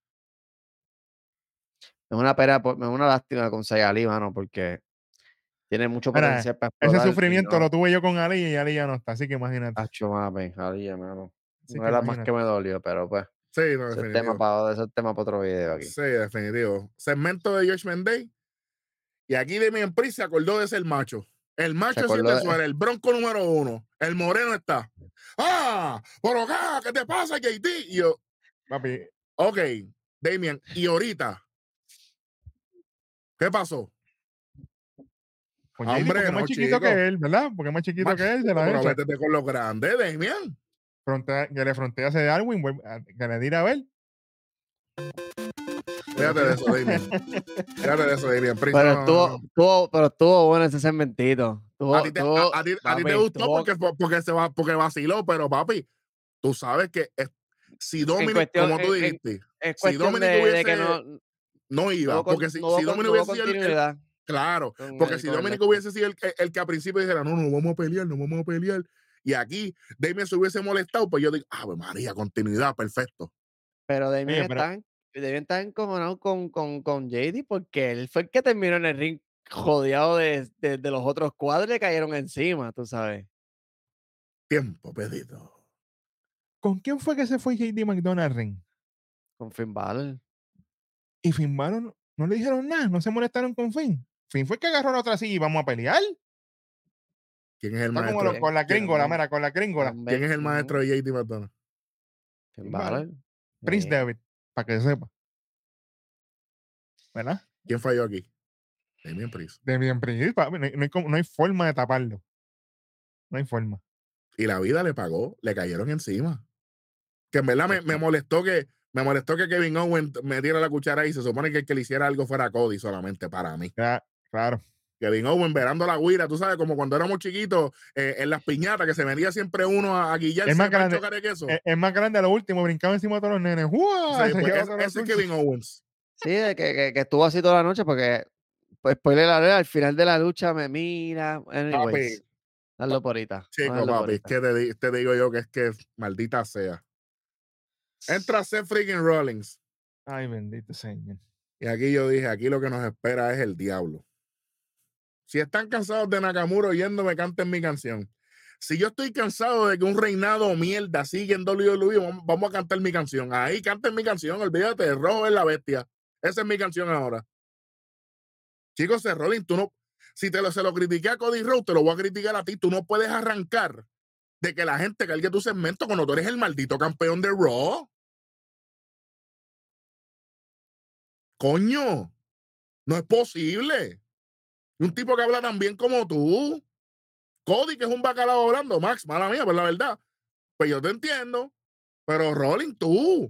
Es una pena, es una lástima con Saya Lee, mano, porque tiene mucho Ahora, potencial para explotar. Ese sufrimiento no. Lo tuve yo con Ali y Ali ya no está, así que imagínate. Acho, mami, Ali, hermano. Así No era más que me dolió, pero pues. Sí, no, ese tema para ese tema para otro video aquí. Sí, definitivo. Segmento de Judgment Day. Y aquí Damian Priest se acordó de ser macho. El macho siete de... suera, el bronco número uno. El moreno está. ¡Ah! ¡Por acá! ¿Qué te pasa, J T? Y yo, papi. Ok, Damian, y ahorita, ¿qué pasó? Con J D, porque Hombre, es más no, chiquito chico. que él, ¿verdad? Porque es más chiquito Más que él, se chiquito, la pero echa. vétete con los grandes, Damian. Frontea, que le frontea ese Darwin, vuelve a- que le tira a ver. Fíjate de eso, Damian. Fíjate de eso, Damian. Prince, Pero no, no, estuvo, no. estuvo, pero estuvo bueno ese segmentito. A Tuvo, ti te, a, tuvo, a ti, a ti papi, te gustó tuvo- porque, porque, se va, porque vaciló, pero papi, tú sabes que es- si en Dominic, cuestión, como tú en, en- dijiste, es si cuestión de, Dominic de que hubiese, no, no no iba, hubo, con- porque si, no hubo si con- Dominic no hubo hubiese sido el, el- continuidad claro, con porque el, si con el Dominic Lester. hubiese sido el, que- el que al principio dijera, no, no vamos a pelear, no vamos a pelear, y aquí Damian se hubiese molestado, pues yo digo, ah, pues María, continuidad, perfecto. Pero Damian Oye, pero está, en- Damian está encojonado con, con, con J D porque él fue el que terminó en el ring jodeado de, de, de los otros cuadros y le cayeron encima, tú sabes. Tiempo pedido. ¿con quién fue que se fue J D McDonald ring? Con Finn Balor. Y Finn Balor no le dijeron nada, no se molestaron con Finn. Finn fue el que agarró la otra silla y vamos a pelear. ¿Quién es el Está como maestro? lo- con la ¿Quién, gringola, También, mira, con la gringola. también. quién es el ujú, maestro de J D McDonald? Finn Finn Balor. Balor. Prince Sí. David, para que sepa. ¿Verdad? ¿Quién falló aquí? Damian Priest. De bien Prince, papi, no, hay- no hay, como- no hay forma de taparlo. No hay forma. Y la vida le pagó, le cayeron encima. Que en verdad me, me Exacto. molestó que me molestó que Kevin Owens metiera la cuchara y se supone que el que le hiciera algo fuera Cody solamente para mí. Ya, claro. Kevin Owens verando la guira, tú sabes, como cuando éramos chiquitos eh, en las piñatas, que se venía siempre uno a, a guillarse Es más para grande, chocar de queso. es, es más grande a lo último, brincaba encima de todos los nenes. ¡Uah! Sí, Se pues lleva ese, todos los ese es dulces. Kevin Owens. Sí, de que, que, que estuvo así toda la noche porque, pues, spoiler alert, al final de la lucha me mira. Papi, Anyways, hazlo por ahorita. vamos a chico, darlo por papi, es ahorita. que te, di- te digo yo que es que maldita sea. Entra Seth freaking Rollins. Ay, bendito señor. Y aquí yo dije, aquí lo que nos espera es el diablo. Si están cansados de Nakamura oyéndome, canten mi canción. Si yo estoy cansado de que un reinado mierda sigue en W W E, vamos, vamos a cantar mi canción. Ahí canten mi canción, olvídate, el rojo es la bestia. Esa es mi canción ahora. Chicos, Seth Rollins, tú no, si te lo, se lo critiqué a Cody Rhodes, te lo voy a criticar a ti. Tú no puedes arrancar de que la gente cargue tu segmento cuando tú eres el maldito campeón de Raw. Coño, no es posible. Un tipo que habla tan bien como tú. Cody, que es un bacalao hablando, Max, mala mía, pues la verdad. Pues yo te entiendo. Pero Rollins, tú.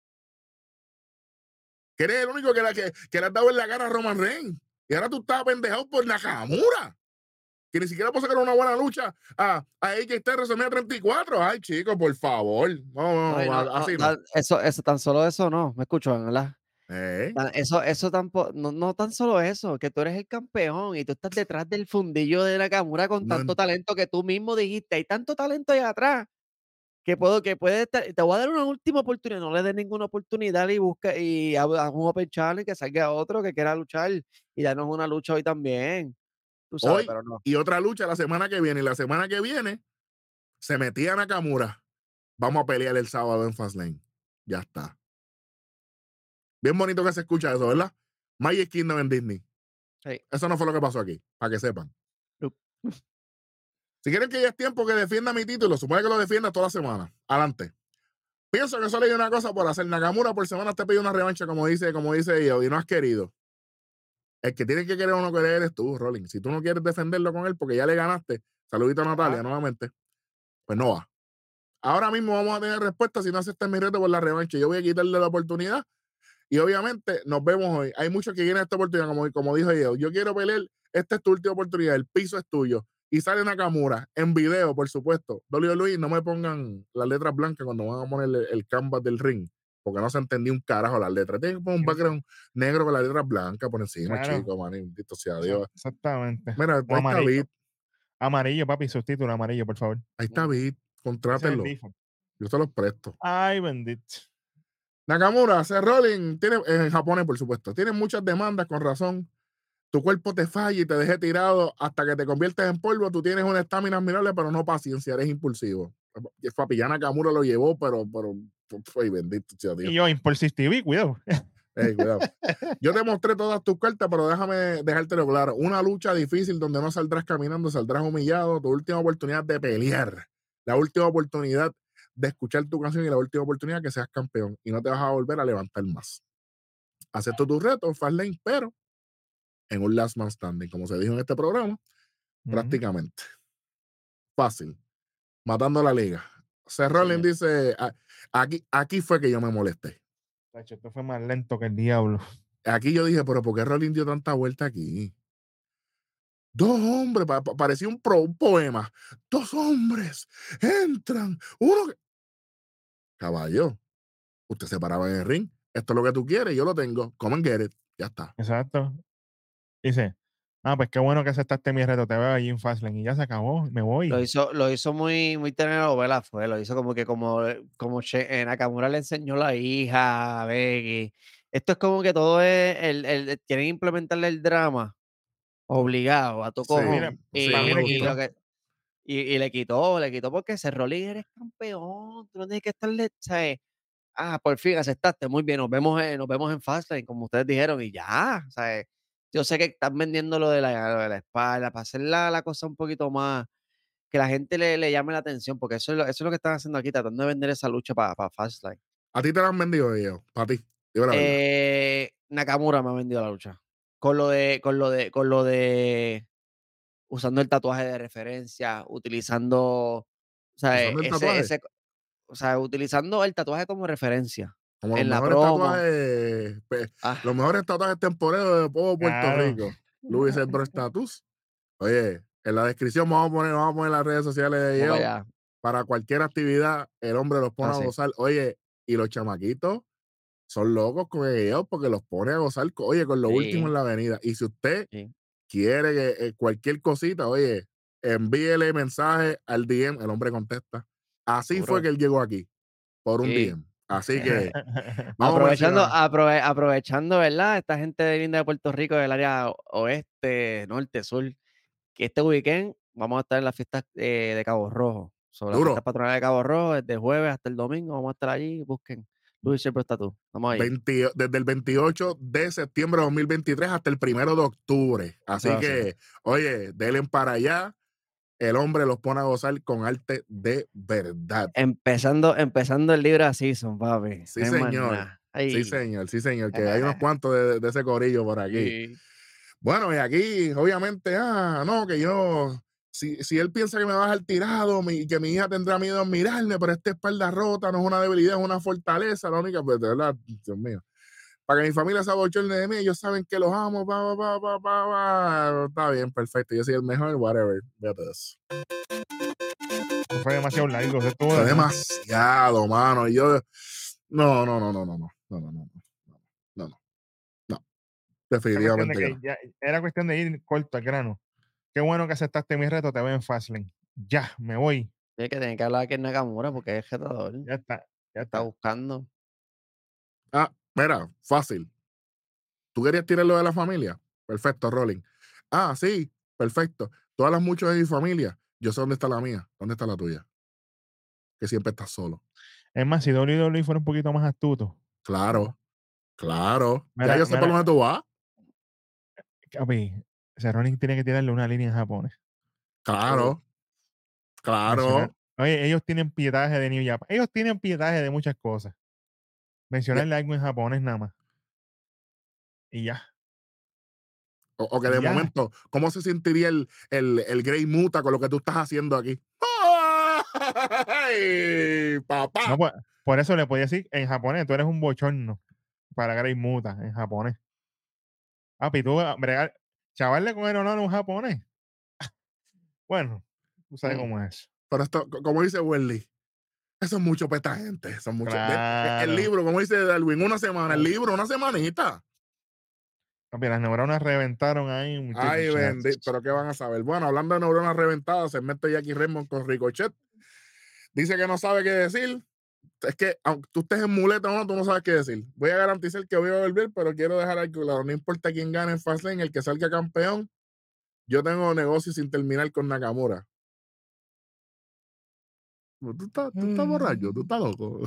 Que eres el único que, la, que, que le has dado en la cara a Roman Reigns. Y ahora tú estás pendejado por Nakamura. Que ni siquiera puede sacar una buena lucha a, a A J Styles WrestleMania treinta y cuatro. Ay, chicos, por favor. No, no, No, y no, no, así no, no. tan- eso, eso, tan solo eso no. Me escuchan, ¿verdad? Eh, Tan- Eso, eso tampoco, no, no tan solo eso, que tú eres el campeón y tú estás detrás del fundillo de Nakamura con no, tanto talento que tú mismo dijiste, hay tanto talento allá atrás que puedo, que puede estar, te voy a dar una última oportunidad, no le des ninguna oportunidad y busca y haz haz un open challenge que salga otro que quiera luchar y darnos una lucha hoy también, tú sabes, hoy pero no. y otra lucha la semana que viene. Y la semana que viene se metía Nakamura. Vamos a pelear el sábado en Fastlane. Ya está. Bien bonito que se escucha eso, ¿verdad? Magic Kingdom en Disney. Sí. Eso no fue lo que pasó aquí, para que sepan. Nope. Si quieren que ya es tiempo que defienda mi título, supone que lo defienda toda la semana. Adelante. Pienso que solo hay una cosa por hacer. Nakamura por semana te pide una revancha, como dice, como dice yo, y no has querido. El que tiene que querer o no querer eres tú, Rolling. Si tú no quieres defenderlo con él porque ya le ganaste, saludito a Natalia Ah. nuevamente, pues no va. Ahora mismo vamos a tener respuesta si no aceptas mi reto por la revancha. Yo voy a quitarle la oportunidad y obviamente nos vemos hoy. Hay muchos que quieren esta oportunidad, como, como dijo yo. Yo quiero pelear, esta es tu última oportunidad, el piso es tuyo. Y sale Nakamura en video, por supuesto. W W E, no me pongan las letras blancas cuando van a poner el, el canvas del ring, porque no se entendió un carajo las letras. Tienen que poner un background negro con las letras blancas por encima, Claro. chico, man. Bendito sea Exa- Dios. Exactamente. Mira, O ahí está amarillo. Beat, Amarillo, papi, subtítulo amarillo, por favor. ahí está Ujú. Beat, Ese es el contrátenlo. default. Yo se los presto. Ay, bendito. Nakamura, Seth Rollins, tiene, en japonés, por supuesto, tiene muchas demandas con razón. Tu cuerpo te falla y te deje tirado hasta que te conviertes en polvo. Tú tienes una estamina admirable, pero no paciencia, eres impulsivo. Papi, ya Nakamura lo llevó, pero, pero, fue bendito sea Dios. Y yo, Impulsis T V, cuidado. Ey, cuidado. Yo te mostré todas tus cartas, pero déjame dejártelo claro. Una lucha difícil donde no saldrás caminando, saldrás humillado. Tu última oportunidad de pelear. La última oportunidad de escuchar tu canción y la última oportunidad que seas campeón. Y no te vas a volver a levantar más. acepto tu reto, Fastlane, pero en un last man standing, como se dijo en este programa, Ujú. prácticamente. Fácil. Matando la liga. Seth Sí, Rollins señor. dice, "A- aquí, aquí fue que yo me molesté. Tacho, esto fue más lento que el diablo. Aquí yo dije, pero ¿por qué Rollins dio tanta vuelta aquí? Dos hombres, pa- pa- parecía un, pro- un poema. Dos hombres entran, uno que... Caballo, usted se paraba en el ring. Esto es lo que tú quieres, yo lo tengo. Come and get it. Ya está. Exacto. Dice, ah, pues qué bueno que aceptaste mi reto, te veo allí en Fastlane. Y ya se acabó, me Lo voy. hizo, lo hizo muy, muy telenovela, fue, lo hizo como que como, como Che- eh, Nakamura le enseñó la hija a Becky. Esto es como que todo es, el, el- quieren implementarle el drama obligado a tu Sí, Mira, cojón. sí, para no mí me le Y, y lo quitó. gustó. que, y, y le quitó, le quitó porque ese Rollins eres campeón, tú no tienes que estarle, ¿sabes? Ah, por fin aceptaste, muy bien, nos vemos, en- nos vemos en Fastlane, como ustedes dijeron, y ya, ¿sabes? Yo sé que están vendiendo lo de la, lo de la espalda para hacer la, la cosa un poquito más que la gente le, le llame la atención, porque eso es lo, eso es lo que están haciendo aquí, tratando de vender esa lucha para Fastlane. A ti te la han vendido ellos, para ti. Digo la verdad. Eh, Nakamura me ha vendido la lucha. Con lo de, con lo de, con lo de usando el tatuaje de referencia, utilizando, o sea, Usando el ese, tatuaje, ese, o sea, utilizando el tatuaje como referencia como los en la mejores promo. tatuajes, pe- los Ah, mejores tatuajes temporeros de todo Puerto Claro. Rico. Luis el Bro Status. Oye, en la descripción vamos a poner, vamos a poner las redes sociales de vamos Yeo. para allá. Para cualquier actividad, el hombre los pone a Así. gozar. Oye, y los chamaquitos son locos con ellos porque los pone a gozar, co- oye, con lo último en Sí, la avenida. Y si usted sí, quiere que, eh, cualquier cosita, oye, envíele mensaje al D M, el hombre contesta. Así fue que seguro. él llegó aquí, por un Sí. D M. Así que vamos a Aprovechando, mencionar. aprove- aprovechando, ¿verdad? Esta gente de linda de Puerto Rico, del área o- oeste, norte, sur, que este weekend vamos a estar en las fiestas eh, de Cabo Rojo. Sobre las fiestas Duro, patronales de Cabo Rojo, desde jueves hasta el domingo, vamos a estar allí. Busquen Luis Silver Tattoo. Vamos allí. veinte desde el veintiocho de septiembre de dos mil veintitrés hasta el primero de octubre. Eso Así es así. que, oye, denle para allá. El hombre los pone a gozar con arte de verdad. Empezando, empezando el Libra Season, papi. Sí, No hay más señor. nada. Sí, Ay. señor. Sí, señor. Que hay unos cuantos de, de ese corillo por aquí. Sí. Bueno, y aquí, obviamente, ah, no, que yo, si, si él piensa que me va a dejar tirado mi, que mi hija tendrá miedo a mirarme, pero esta espalda rota no es una debilidad, es una fortaleza, la única, pues, de verdad, Dios mío. Para que mi familia se abochorne de mí, ellos saben que los amo, pa, pa, pa, pa, pa, pa. Está bien, perfecto, yo soy el mejor, whatever, fíjate de eso. Eso fue demasiado largo, eso estuvo Fue de más. demasiado, mano, y yo, no, no, no, no, no, no, no, no, no, no, no, no, no, Era cuestión de definitivamente que que no. ya, era cuestión de ir corto al grano. Qué bueno que aceptaste mi reto, te veo en Fastlane. Ya, me voy. Tiene que tener que hablar aquí en Nakamura porque es retador. Ya está, ya Está está. buscando. Ah, mira, fácil. ¿Tú querías tirarlo de la familia? Perfecto, Rolling. Ah, sí, perfecto. Todas las muchas de mi familia. Yo sé dónde está la mía. ¿Dónde está la tuya? Que siempre estás solo. Es más, si W W E fuera un poquito más astuto. Claro, claro. Ya yo Mira, sé por mira, dónde tú vas. papi, ese Rollins tiene que tirarle una línea en japonés. Uh, Claro, Mencionar. claro. Oye, ellos tienen pietaje de New Japan. Ellos tienen pietaje de muchas cosas. Ya- Mencionarle algo en japonés nada más. Y ya. O, o que Y de ya. momento, ¿cómo se sentiría el, el, el Grey Muta con lo que tú estás haciendo aquí? ¡Ay, No, papá! pues, por eso le podía decir en japonés, tú eres un bochorno para Grey Muta en japonés. Papi, tú a bregar, chavarle con el honor a un japonés. Bueno, tú sabes mm. cómo es. Pero esto, co- como dice Welly, eso es mucho para esta gente. Son mucho. Ve, e- el Claro. libro, como dice Darwin, una semana. El libro, una semanita. Papi, las neuronas reventaron ahí, Ay, bendito. muchachos. Pero ¿qué van a saber? Bueno, hablando de neuronas reventadas, se mete Jackie Raymond con Ricochet. Dice que no sabe qué decir. Es que, aunque tú estés en muleta o no, tú no sabes qué decir. Voy a garantizar que voy a volver, pero quiero dejar algo claro. No importa quién gane en Fastlane, el que salga campeón, yo tengo negocio sin terminar con Nakamura. Tú estás, tú estás borracho, tú estás loco.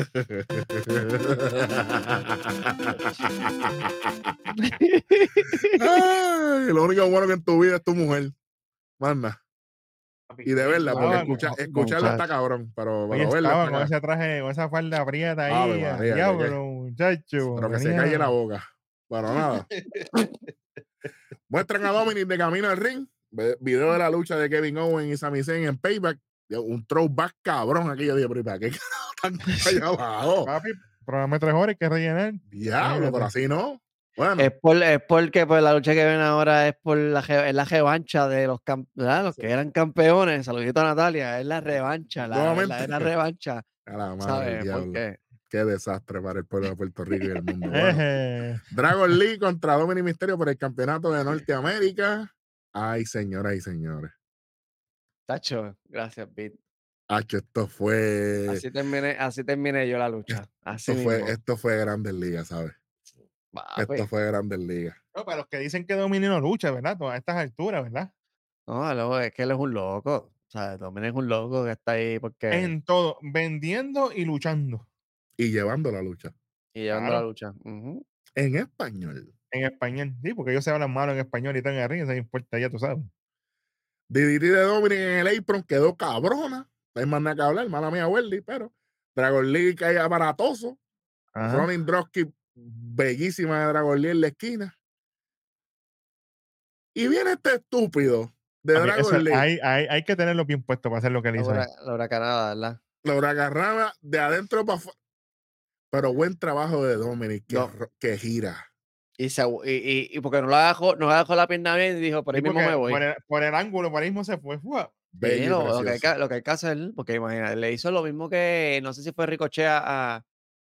Ay, lo único bueno que en tu vida es tu mujer. Manda. Papi, Y de hoy verla, porque estaba, escucha, con- escucharla está Muchacho. cabrón, pero, hoy pero verla estaba está con cabrón. ese traje, con esa falda aprieta Ave ahí, a María, que, que, diablo, muchacho. pero que se calle la Tenía, boca. Para nada. Muestran a Dominic de camino al ring. Ve- Video de la lucha de Kevin Owens y Sami Zayn en Payback. Un throwback cabrón aquí. Yo dije, pero ¿y para qué carajo están allá abajo? Papi, programa de tres horas hay que rellenar. Diablo, pero Imagínate. así no. Bueno, Es, por, es porque pues, la lucha que ven ahora es por la, re- es la revancha de los, cam- ¿verdad? Los Sí. que eran campeones. Saludito a Natalia. Es la revancha, la Nuevamente. verdadera revancha. a la madre del ¿Sabes? diablo. Porque Qué desastre para el pueblo de Puerto Rico y el mundo. Bueno, Eje. Dragon Lee contra Dominic Mysterio por el campeonato de Norteamérica. Ay, señoras y señores. Tacho, gracias, Pete. Hacho, esto fue. Así terminé, así terminé yo la lucha. Así Esto fue, mismo. esto fue Grandes Ligas, ¿sabes? Papi. Esto fue Grandes Ligas. No, para los que dicen que Dominic no lucha, ¿verdad? A estas alturas, ¿verdad? No, luego es que él es un loco. O sea, Dominic es un loco que está ahí porque. En todo, vendiendo y luchando. Y llevando la lucha. Y llevando la Claro. lucha. Ujú. En español. En español. Sí, porque ellos se hablan malo en español y están en el ring, eso no importa, ya tú sabes. D D T de Dominic en el apron quedó cabrona. No hay más nada que hablar, mala mía, Welly, pero Dragon Lee cae aparatoso. Ajá. Ronin Drosky, bellísima de Dragon Lee en la esquina. Y viene este estúpido de Papi, Dragon eso, Lee. hay, hay, hay que tenerlo bien puesto para hacer lo que él La, hizo ahí. hura- la huracanada, ¿verdad? Lo agarraba de adentro para afuera. Pero buen trabajo de Dominic, que, No. ro- que gira. Y, se, y, y, y porque no la dejó, no la dejó la pierna bien y dijo, por ahí Sí, mismo porque me voy. por el, por el ángulo, por ahí mismo se fue. ¡fua! Bello Sí, y lo, lo que hay precioso. que, lo que hay que hacer, porque imagínate, le hizo lo mismo que, no sé si fue Ricochet a,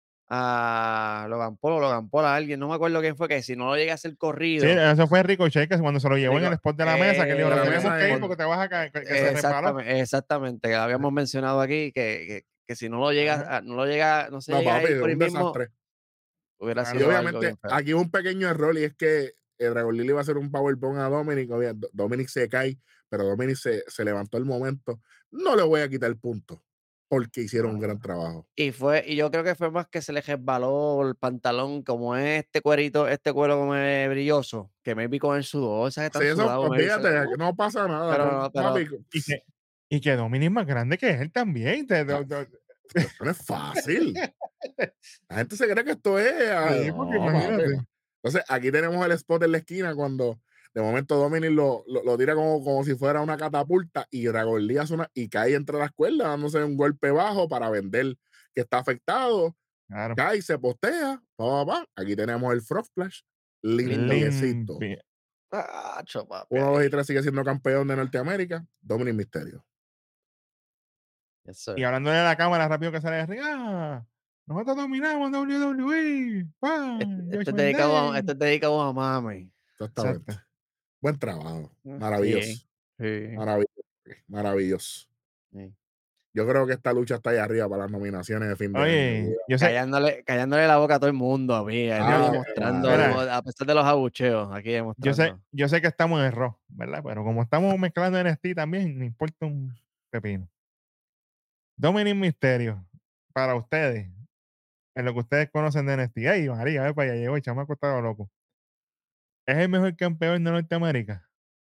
a Logan Paul o Logan Paul a alguien, no me acuerdo quién fue, que si no lo llega a hacer corrido. Sí, eso fue Ricochet, que cuando se lo llevó en Rico- el spot de la mesa, que le dijo, Eh, nos la tenemos mesa que ir en- porque te vas a caer, que, que se resbaló. Exactamente, exactamente, que lo habíamos mencionado aquí, que, que, que si no lo llega, Ajá. a- no lo llega, no se No, llega papi, ahí por ahí un mismo, desastre. hubiera Claro. Y sido algo obviamente bien feo. aquí un pequeño error y es que el Dragon Lee le iba a hacer un powerbomb a Dominic. obvia- Do- Dominic se cae, pero Dominic se, se levantó el momento. No le voy a quitar el punto porque hicieron un gran trabajo. Y fue, y yo creo que fue más que se le resbaló el pantalón, como es este cuerito, este cuero como es brilloso, que me vi con el sudor, ¿sabes? Sí, Tan eso, sudado, maybe se- olvídate, uh, no pasa nada. pero, con- no, pero, papi, Y que, y que Dominic es más grande que él también. Te- Ah. te- te- esto no es fácil. La gente se cree que esto es. ah, Sí, porque no, papi, imagínate. no. Entonces, aquí tenemos el spot en la esquina cuando de momento Dominic lo, lo, lo tira como, como si fuera una catapulta y Dragon Lee hace una y cae entre las cuerdas dándose un golpe bajo para vender que está afectado. Claro. Cae, se postea. Pa, pa, pa. Aquí tenemos el Frog Splash. Limpiecito. Limpia. ah, cho, papi, Uno, dos y ahí. tres sigue siendo campeón de Norteamérica. Dominic Mysterio. Yes, sir. Y hablándole a la cámara rápido que sale de ring, ah, nosotros dominamos W W E. ¡Pam! Este es Judgment dedicado a, Day. este es dedicado a mami. Exactamente. Exacto. Buen trabajo. Mm, Maravilloso. Sí, sí, Maravilloso. Maravilloso. sí. Yo creo que esta lucha está ahí arriba para las nominaciones de fin de año. Oye, yo sé, Callándole, callándole la boca a todo el mundo, a mí, ahí Ah, demostrando, mira. demo- a pesar de los abucheos, aquí yo demostrando. sé, yo sé que estamos en error, ¿verdad? Pero como estamos mezclando N X T también, me importa un pepino. Dominic Mysterio, para ustedes, en lo que ustedes conocen de N X T. Ey, María, a ver para allá llegó el chamaco estaba loco. ¿Es el mejor campeón de Norteamérica?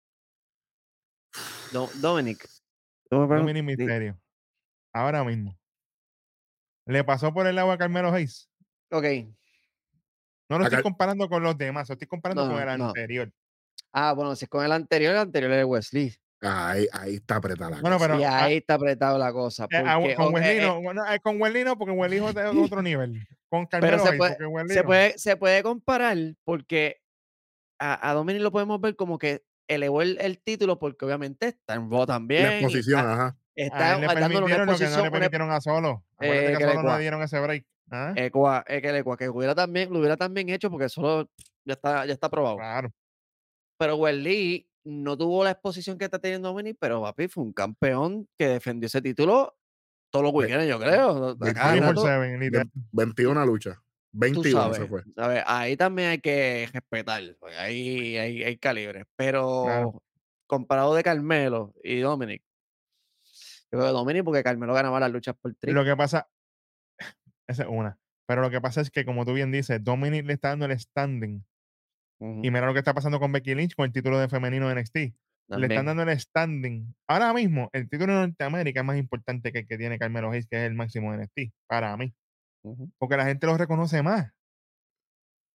Do- Dominic. tú me pregun- Dominic di- Mysterio. Ahora mismo. ¿Le pasó por el agua a Carmelo Hayes? Ok, No lo estoy Acá- comparando con los demás, lo estoy comparando No, con el no. anterior. ah, bueno, si es con el anterior, el anterior es Wesley. Ahí, ahí está apretada la Bueno, cosa. pero y ah, ahí está apretado la cosa. eh, ah, Porque, con ok, Wesley eh, no, bueno, eh, con Wesley no, porque Wesley es de otro nivel. Con pero Carmelo se Hayes, puede, porque Wesley se, no. puede, se puede comparar porque a, a Dominic lo podemos ver como que elevó el, el título porque obviamente está en Raw también. La y exposición, está, ajá. está A él le dándole una permitieron lo que no exposición. le una- permitieron a Solo. Acuérdate eh, que que a le Solo no cua- le dieron ese break. ¿Ah? eh, cua- eh, que le cua- que hubiera también, lo hubiera también hecho porque solo ya está, ya está probado. Claro. Pero Wesley no tuvo la exposición que está teniendo Dominic, pero papi fue un campeón que defendió ese título todos los Ve- weekends, yo creo. A cada veintiuno, rato, veinticuatro siete, literal. vein- veintiuna luchas. tú veintiuno se sabes, fue. ¿sabes? Ahí también hay que respetar, porque ahí hay, hay calibres. Pero Claro. comparado de Carmelo y Dominic, yo creo que Dominic porque Carmelo ganaba las luchas por trick. Lo que pasa, esa es una. Pero lo que pasa es que, como tú bien dices, Dominic le está dando el standing. Ujú, Y mira lo que está pasando con Becky Lynch con el título de femenino de N X T. Le están también. dando el standing. Ahora mismo, el título de Norteamérica es más importante que el que tiene Carmelo Hayes, que es el máximo de N X T, para mí. Ujú. Porque la gente lo reconoce más.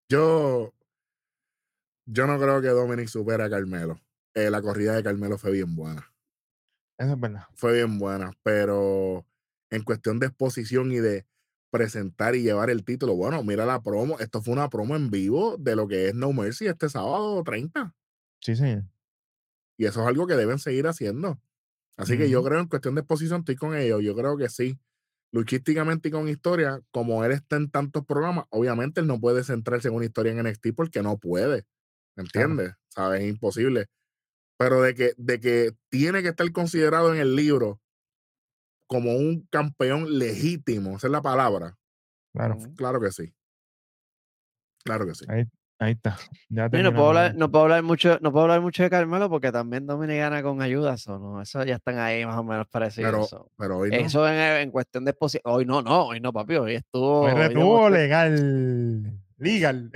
Yo, yo no creo que Dominic supera a Carmelo. Eh, la corrida de Carmelo fue bien buena. Eso es verdad. Fue bien buena, pero en cuestión de exposición y de presentar y llevar el título, bueno, mira la promo. Esto fue una promo en vivo de lo que es No Mercy este sábado treinta. Sí, señor. Y eso es algo que deben seguir haciendo. Así que yo Ujú. creo en cuestión de exposición estoy con ellos. Yo creo que sí. Luchísticamente y con historia, como él está en tantos programas, obviamente él no puede centrarse en una historia en N X T porque no puede. Claro, ¿Entiendes? ¿Sabes? Es imposible. Pero de que, de que tiene que estar considerado en el libro como un campeón legítimo, esa es la palabra. claro. Ujú. Claro que sí. Claro que sí. Ahí, ahí está. Ya Y no puedo terminamos. hablar, no puedo hablar mucho, no puedo hablar mucho de Carmelo porque también Dominic gana con ayuda, eso no, eso ya están ahí más o menos parecidos. Pero, so. pero hoy no. Eso en, en cuestión de exposición. Hoy no, no, hoy no, papi. Hoy Hoy estuvo, hoy retuvo demostró. legal. Legal.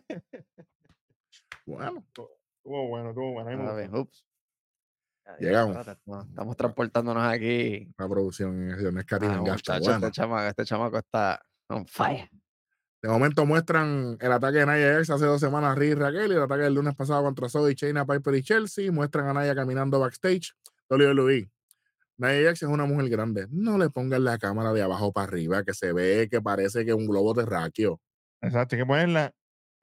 Bueno, Estuvo bueno, estuvo bueno. A mí me A ver, gustó. ups. Adiós, llegamos. espérate, no, estamos transportándonos aquí. La producción no es Karim Ah, en gasto. muchacho, este Bueno, chamaco, este chamaco está on fire. de momento muestran el ataque de Nia Jax hace dos semanas a Rhea y Raquel y el ataque del lunes pasado contra Zoe, Shayna, Piper y Chelsea. Muestran a Nia caminando backstage. W W E. Nia Jax es una mujer grande. No le pongan la cámara de abajo para arriba, que se ve que parece que es un globo terráqueo. Exacto, hay que ponerla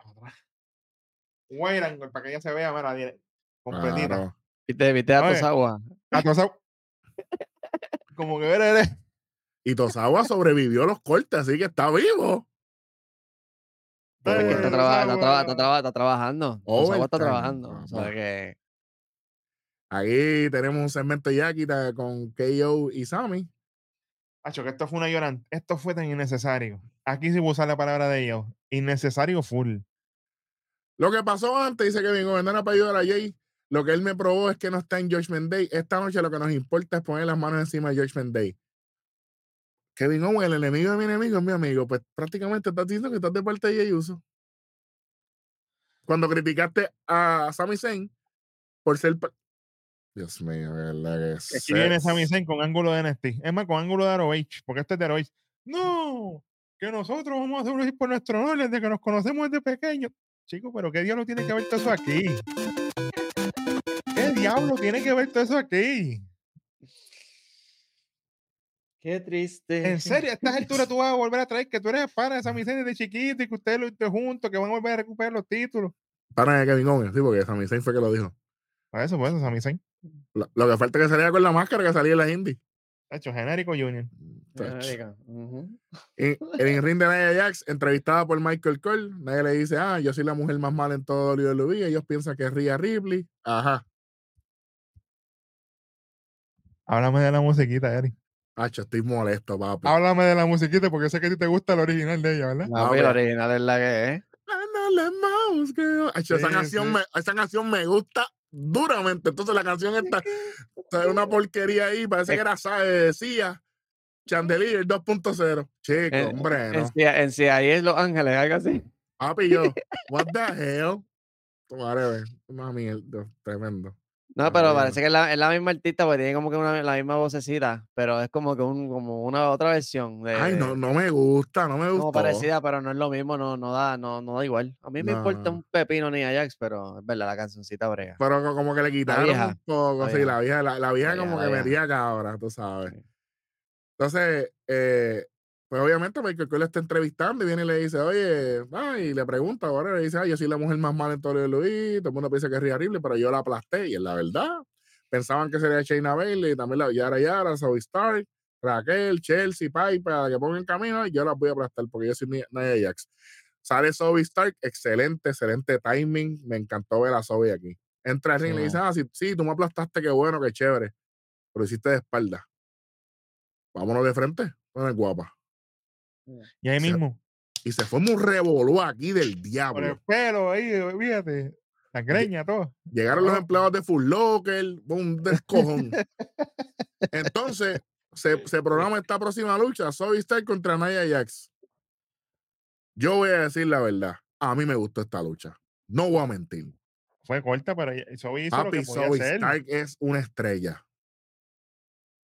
wide angle para que ella se vea, mira, dire- completita. Claro. Viste, viste a Oye, Tosawa. a todos como que eres, eres. Y Tosawa sobrevivió a los cortes, así que está vivo. Es que Pobre. está, Dale, traba- está, traba- está, Tosawa. traba- está trabajando. Tosawa está Overtime, trabajando. O sea papá. que. Aquí tenemos un segmento Yakita con K O y Sammy. Acho, que esto fue una llorante. Esto fue tan innecesario. Aquí sí voy a usar la palabra de ellos. Innecesario full. Lo que pasó antes, dice Kevin Owens, no era para ayudar a Jay. Lo que él me probó es que no está en Judgment Day. Esta noche lo que nos importa es poner las manos encima de Judgment Day. Kevin Owens, el enemigo de mi enemigo es mi amigo. Pues prácticamente estás diciendo que estás de parte de Jey Uso. Cuando criticaste a Sami Zayn por ser... pa- Dios mío, ¿verdad? Que Aquí viene Sami es... Zayn con ángulo de N X T. Es más, con ángulo de R O H. Porque este es de R O H. No, que nosotros vamos a sobrevivir por nuestro honor desde que nos conocemos desde pequeños. Chico, pero ¿qué diablo tiene que ver todo eso aquí? ¿Qué diablo tiene que ver todo eso aquí? Qué triste. En serio, a estas alturas tú vas a volver a traer que tú eres pana de Sami Zayn desde chiquito y que ustedes lo hicieron juntos, que van a volver a recuperar los títulos. Para de Kevin Owens, sí, porque Sami Zayn fue que lo dijo. Para eso, por eso, Sami Zayn. Lo, lo que falta es que saliera con la máscara que salía en la indie. Hecho, genérico Junior. América. Ujú. En el ring de Nia Jax, entrevistada por Michael Cole, Nia le dice, ah, yo soy la mujer más mala en todo W W E. Ellos piensan que es Rhea Ripley. Ajá. Háblame de la musiquita, Eric. Hacho, estoy molesto, papi. Háblame de la musiquita porque sé que a ti te gusta el original de ella, ¿verdad? Papi, la original es la que es. Mouse Girl. Hacho, esa Sí, canción sí. me, esa canción me gusta duramente. Entonces la canción esta es una porquería ahí. Parece que era, ¿sabes? Decía Chandelier dos punto cero. Chico, En, hombre, en, no. C- en C I es Los Ángeles, algo así. Papi, yo, what the hell? Whatever. Una mierda, tremendo. No, Pero pero bueno. parece que es la, es la misma artista, porque tiene como que una, la misma vocecita, pero es como que un, como una otra versión de, Ay, no, de- no me gusta, no me como gustó. parecida, pero no es lo mismo, no, no da, no, no da igual. A mí me importa No. un pepino ni Ajax, pero es verdad, la cancioncita brega. Pero co- como que le La quitaron vieja, un poco, la sí, la vieja, vieja, la, la la vieja vieja, como la que vieja. metía cabra, tú sabes. Sí. Entonces, eh, pues obviamente Michael Cole está entrevistando y viene y le dice, oye, ah, y le pregunta, ahora le dice, ah, yo soy la mujer más mala en todo el Luis, todo el mundo piensa que es Rhea Ripley, pero yo la aplasté, y es la verdad. Pensaban que sería Shayna Bailey, y también la Yara Yara, Zoe Stark, Raquel, Chelsea, Piper, a la que pongan en camino, y yo las voy a aplastar porque yo soy Nia Nia Jax. Sale Zoe Stark, excelente, excelente timing, me encantó ver a Zoe aquí. Entra el ring y le dice, Sí, ah, sí, sí, tú me aplastaste, qué bueno, qué chévere, pero hiciste de espalda. Vámonos de frente, no es guapa. Y ahí Se, mismo, y se fue un revolú aquí del por el diablo. pelo ahí, fíjate, la Lle- greña, todo. Llegaron los Oh, empleados de Full Locker, un descojón. Entonces, se, se programa esta próxima lucha, Zoe Stark contra Nia Jax. Yo voy a decir la verdad, a mí me gustó esta lucha. No voy a mentir. fue corta, pero ella- Zoe hizo lo Papi, que podía Zoe hacer. Stark es una estrella.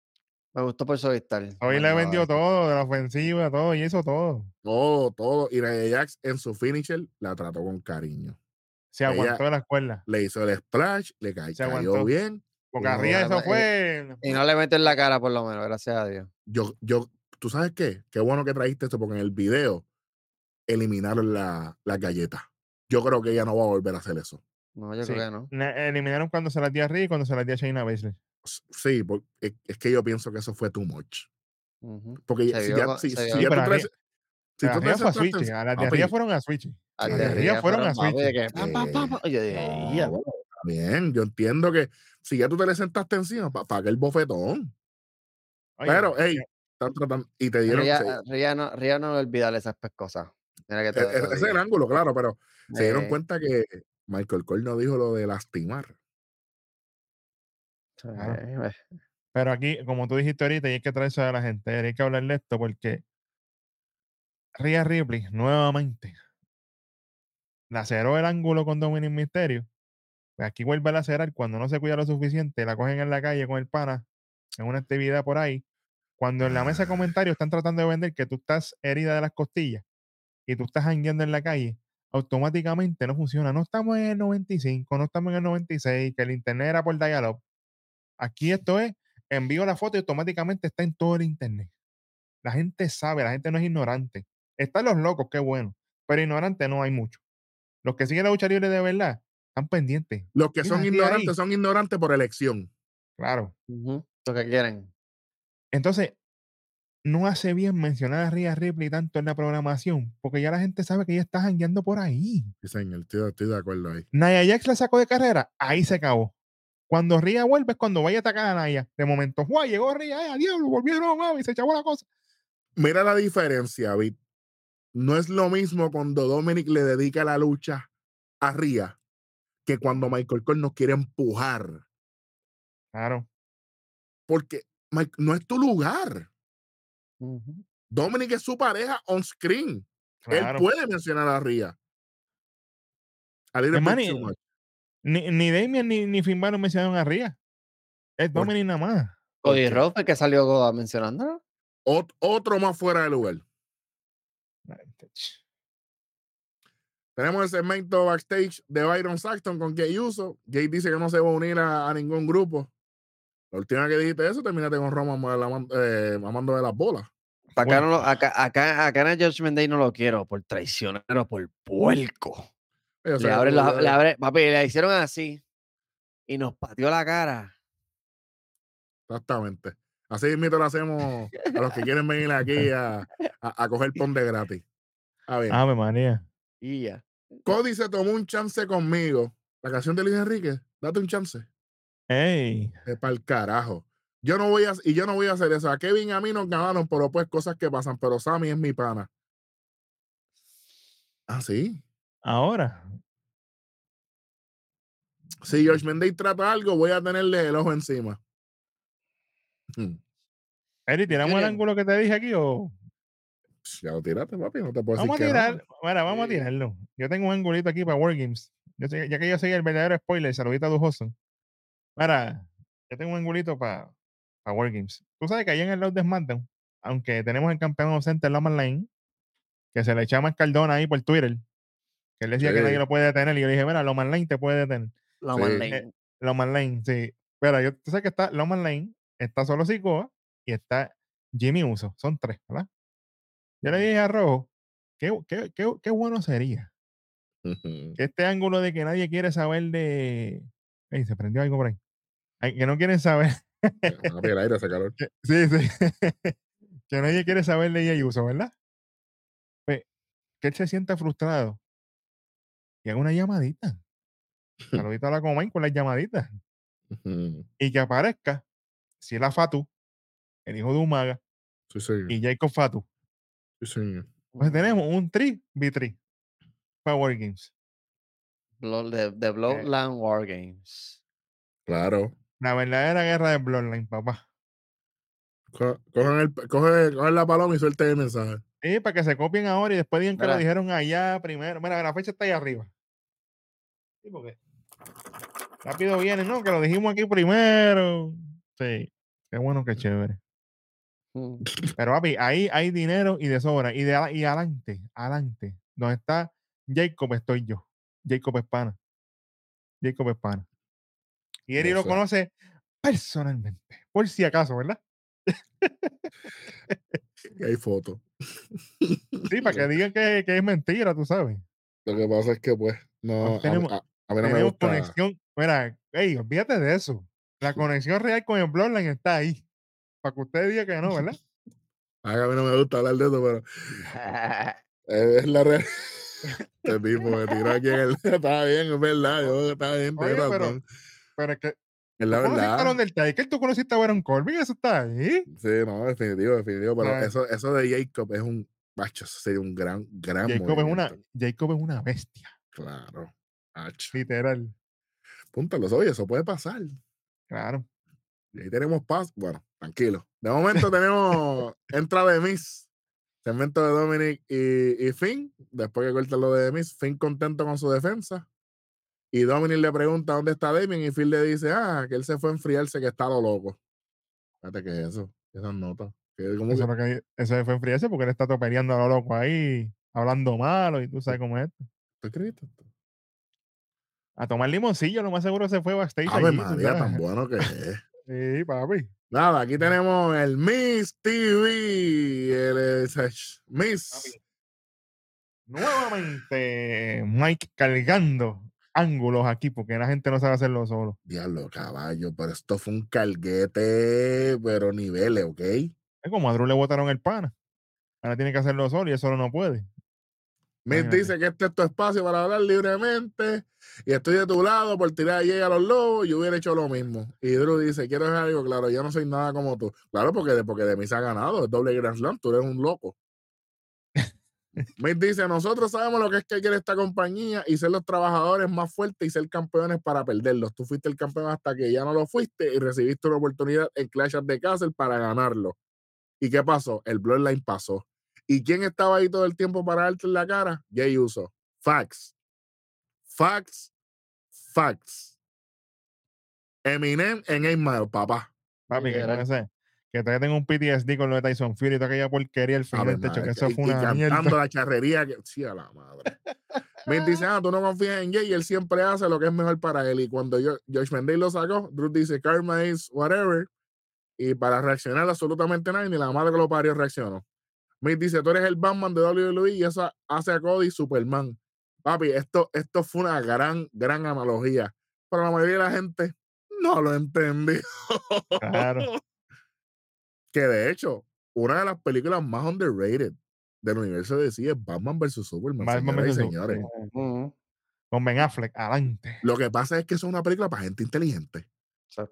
Me gustó por Zoe Stark. Hoy más le nada de vendió eso. todo, de la ofensiva, todo, y hizo todo. Todo, todo. Y Nia Jax en su finisher la trató con cariño. Se Ella aguantó la escuela. le hizo el splash, le ca- Se cayó aguantó. bien. Porque y arriba no- eso Eh, fue. Y no le metió en la cara, por lo menos, gracias a Dios. yo, yo, ¿tú sabes qué? Qué bueno que trajiste esto, porque en el video eliminaron la, la galleta. Yo creo que ella no va a volver a hacer eso. No, yo Sí. creo que no. Ne- Eliminaron cuando se las dio a Rhea y cuando se las dio a Shayna Baszler. S- Sí, porque es, es que yo pienso que eso fue too much. Ujú. Porque Se si vio ya, co- si, se si vio- Sí, ya pero tú arriba, traes, si tú te arriba fue a sentaste, Switch. en- A las de papi, arriba fueron a Switch. Al Las de de arriba arriba fueron a fueron, papi, Switch. de que pam, pam, pam, pam. Y yo dije, no, "Ya". bueno, está bien, yo entiendo que si ya tú te le sentaste encima, para que el bofetón. Oye, Pero, hey, yo- están tratando, y te dieron, Ría, se- eh, Ría no, Ría no olvidarle esas cosas. Mira que e- te e- lo ese es el diga. ángulo, claro, pero se dieron Eh, cuenta que Michael Cole no dijo lo de lastimar. claro. eh, Pero aquí, como tú dijiste ahorita, y hay que traerse a la gente, hay que hablar de esto porque Rhea Ripley, nuevamente, laceró el ángulo con Dominic Mysterio. Pues aquí vuelve a lacerar cuando no se cuida lo suficiente, la cogen en la calle con el pana, en una actividad por ahí. Cuando en la mesa de comentarios están tratando de vender que tú estás herida de las costillas y tú estás jangueando en la calle, automáticamente no funciona. No estamos en el noventa y cinco, no estamos en el noventa y seis, que el internet era por dial-up. Aquí esto es, envío la foto y automáticamente está en todo el internet. La gente sabe, la gente no es ignorante. Están los locos, qué bueno, pero ignorante no hay mucho. Los que siguen la lucha libre de verdad están pendientes. Los que Mira, son Rhea ahí. ignorantes son ignorantes por elección. Claro. ujú, lo que quieren. Entonces, no hace bien mencionar a Rhea Ripley tanto en la programación, porque ya la gente sabe que ella está jangueando por ahí. Sí, señor, estoy, estoy de acuerdo ahí. Nia Jax la sacó de carrera, ahí se acabó. Cuando Rhea vuelve es cuando vaya a atacar a Nia. De momento, ¡guay! Llegó Rhea, ¡eh, a diablo! Volvieron, mami, se echó la cosa. Mira la diferencia, Bit. No es lo mismo cuando Dominic le dedica la lucha a Rhea que cuando Michael Cole nos quiere empujar. Claro. Porque Mike, no es tu lugar. Ujú. Dominic es su pareja on screen. Él Claro. puede mencionar a Rhea. A little Es bit too ni, much. ni, ni Damian ni, ni Finn Balor mencionaron a Rhea. Es Por- Dominic nada más. Cody porque Rhodes fue el que salió mencionándolo. ot- otro más fuera de lugar. Tenemos el segmento backstage de Byron Saxton con Jay Uso. Jay dice que no se va a unir a, a ningún grupo. La última que dijiste eso, terminaste con Roman eh, mamando de las bolas. Acá, no lo, acá, acá, acá en el Judgment Day no lo quiero por traicionero, por puerco. Yo sé Le que abre, tú- la, yo- le abre, papi, le hicieron así y nos pateó la cara. Exactamente. Así mismo lo hacemos a los que quieren venir aquí a, a, a coger pon de gratis. A ver, Ave María. Y ya. Cody se tomó un chance conmigo. La canción de Luis Enrique, date un chance. Ey. Es para el carajo. Yo no voy a, y yo no voy a hacer eso. A Kevin y a mí nos ganaron, pero pues cosas que pasan. Pero Sammy es mi pana. Ah, sí. Ahora. Si George Mendez trata algo, voy a tenerle el ojo encima. Hmm. Eri, ¿tiramos el Junior. ángulo que te dije aquí o...? Ya lo tiraste, papi. No te puedo decir Vamos a que tirar, no. bueno, vamos a Sí. tirarlo. Yo tengo un angulito aquí para Wargames. Yo sé- ya que yo soy el verdadero spoiler, saludito a Dujoso. Mira, yo tengo un angulito para para Wargames. Tú sabes que allá en el Loud de SmackDown, aunque tenemos el campeón ausente, Loman Lane, que se le echaba Cardona ahí por Twitter, que él decía que nadie Sí, lo puede detener, y yo le dije, mira, Loman Lane te puede detener. Loman sí. Lane. Eh, Loman Lane, sí. Pero yo, tú sabes que está Loman Lane, está Solo Sikoa y está Jimmy Uso. Son tres, ¿verdad? Yo le dije a Rojo, qué, qué, qué, qué bueno sería que este ángulo de que nadie quiere saber de... Ey, se prendió algo por ahí. Ay, que no quieren saber. Papi, el aire hace calor. que- sí, sí. que nadie quiere saber de Jey Uso, ¿verdad? Pues, que él se sienta frustrado y haga una llamadita. Saludito a la Comain con las llamaditas. Y que aparezca Sila Fatu, el hijo de Umaga, Sí, señor. y Jacob Fatu. Sí, señor. Pues tenemos un tri v tres Power Games. Blood- de, de Bloodline War Games. Claro. La verdadera guerra de Bloodline, papá. Co- Cogen, el, coge, cogen la paloma y suelten el mensaje. Sí, para que se copien ahora y después digan que lo Mira. dijeron allá primero. Mira, la fecha está ahí arriba. Sí, porque rápido viene, ¿no? Que lo dijimos aquí primero. Sí, qué bueno, qué chévere. Mm. Pero papi, ahí hay dinero y de sobra. Y, de, ala- y adelante, adelante. Donde está Jacob estoy yo. Jacob es pana. Jacob es pana. Y Eri No lo sé. conoce personalmente. Por si acaso, ¿verdad? Y hay fotos. Sí, para que digan que, que es mentira, tú sabes. Lo que pasa es que, pues, no, Nosotros a, mí- tenemos, a, a mí no me tenemos gusta. conexión. Mira, ey, olvídate de eso. La conexión real con el Bloodline está ahí. Para que usted diga que no, ¿verdad? A mí no me gusta hablar de eso, pero es, es la realidad. Este tipo me tiró aquí en el. Estaba bien, es verdad. Yo estaba bien, tienes Oye, pero, razón. pero es que Es tú la conociste al verdad. Undertaker, tú conociste a Baron Corbin, eso está ahí. Sí, no, definitivo, definitivo. Pero ¿Sabes? eso, eso de Jacob es un. Macho, eso sería un gran, gran Jacob es una, movimiento. Jacob es una bestia, Claro. Macho. literal. Púntalos, oye, eso puede pasar. Claro. Y ahí tenemos paz. Bueno, tranquilo. De momento tenemos entrada de Miss. Segmento de Dominic y, y Finn. Después que corta lo de Miss, Finn contento con su defensa. Y Dominic le pregunta dónde está Damien. Y Finn le dice, ah, que él se fue a enfriarse, que está lo loco. Fíjate que es eso. Esas notas. Que como Eso, que, es lo que, eso fue enfriarse porque él está topereando a lo loco ahí, hablando malo y tú sabes cómo es esto. ¿tú escribiste esto? A tomar limoncillo, lo más seguro se fue backstage Ave allí, tú María, sabes. tan bueno que es. Sí, papi. Nada, aquí tenemos el Miss T V. El, eh, Miss. Papi. Nuevamente, Mike cargando ángulos aquí porque la gente no sabe hacerlo solo. Diablo, caballo, pero esto fue un carguete, pero niveles, ¿ok? Es como a Drew le botaron el pana. Ahora tiene que hacerlo solo y eso solo no puede. Miss Imagínate. dice que este es tu espacio para hablar libremente y estoy de tu lado por tirar a a los lobos. Yo hubiera hecho lo mismo. Y Drew dice: quiero dejar algo claro, yo no soy nada como tú. Claro, porque, porque de mí se ha ganado, es doble Grand Slam, tú eres un loco. Miss dice: nosotros sabemos lo que es que quiere esta compañía y ser los trabajadores más fuertes y ser campeones para perderlos. Tú fuiste el campeón hasta que ya no lo fuiste y recibiste una oportunidad en Clash of the Castle para ganarlo. ¿Y qué pasó? El Bloodline pasó. ¿Y quién estaba ahí todo el tiempo para darte en la cara? Jay Uso. Facts. Facts. Facts. Eminem en eight Mile, papá. Papi, que, Literal. ese, que todavía tengo un P T S D con lo de Tyson Fury y toda aquella porquería al final, Ave techo, que madre, eso y, fue y una cantando mierda. la charrería. Que, sí, a la madre. Me dice, ah, tú no confías en Jay y él siempre hace lo que es mejor para él. Y cuando yo, Josh Mendez lo sacó, Drew dice, karma is whatever. Y para reaccionar absolutamente nadie, ni la madre que lo parió reaccionó. Mick dice, tú eres el Batman de W W E y eso hace a Cody Superman. Papi, esto, esto fue una gran, gran analogía. Pero la mayoría de la gente no lo entendió. Claro. Que de hecho, una de las películas más underrated del universo de D C es Batman versus Superman, Batman señoras y versus señores. sí. Mm. Con Ben Affleck, adelante. Lo que pasa es que eso es una película para gente inteligente, Exacto.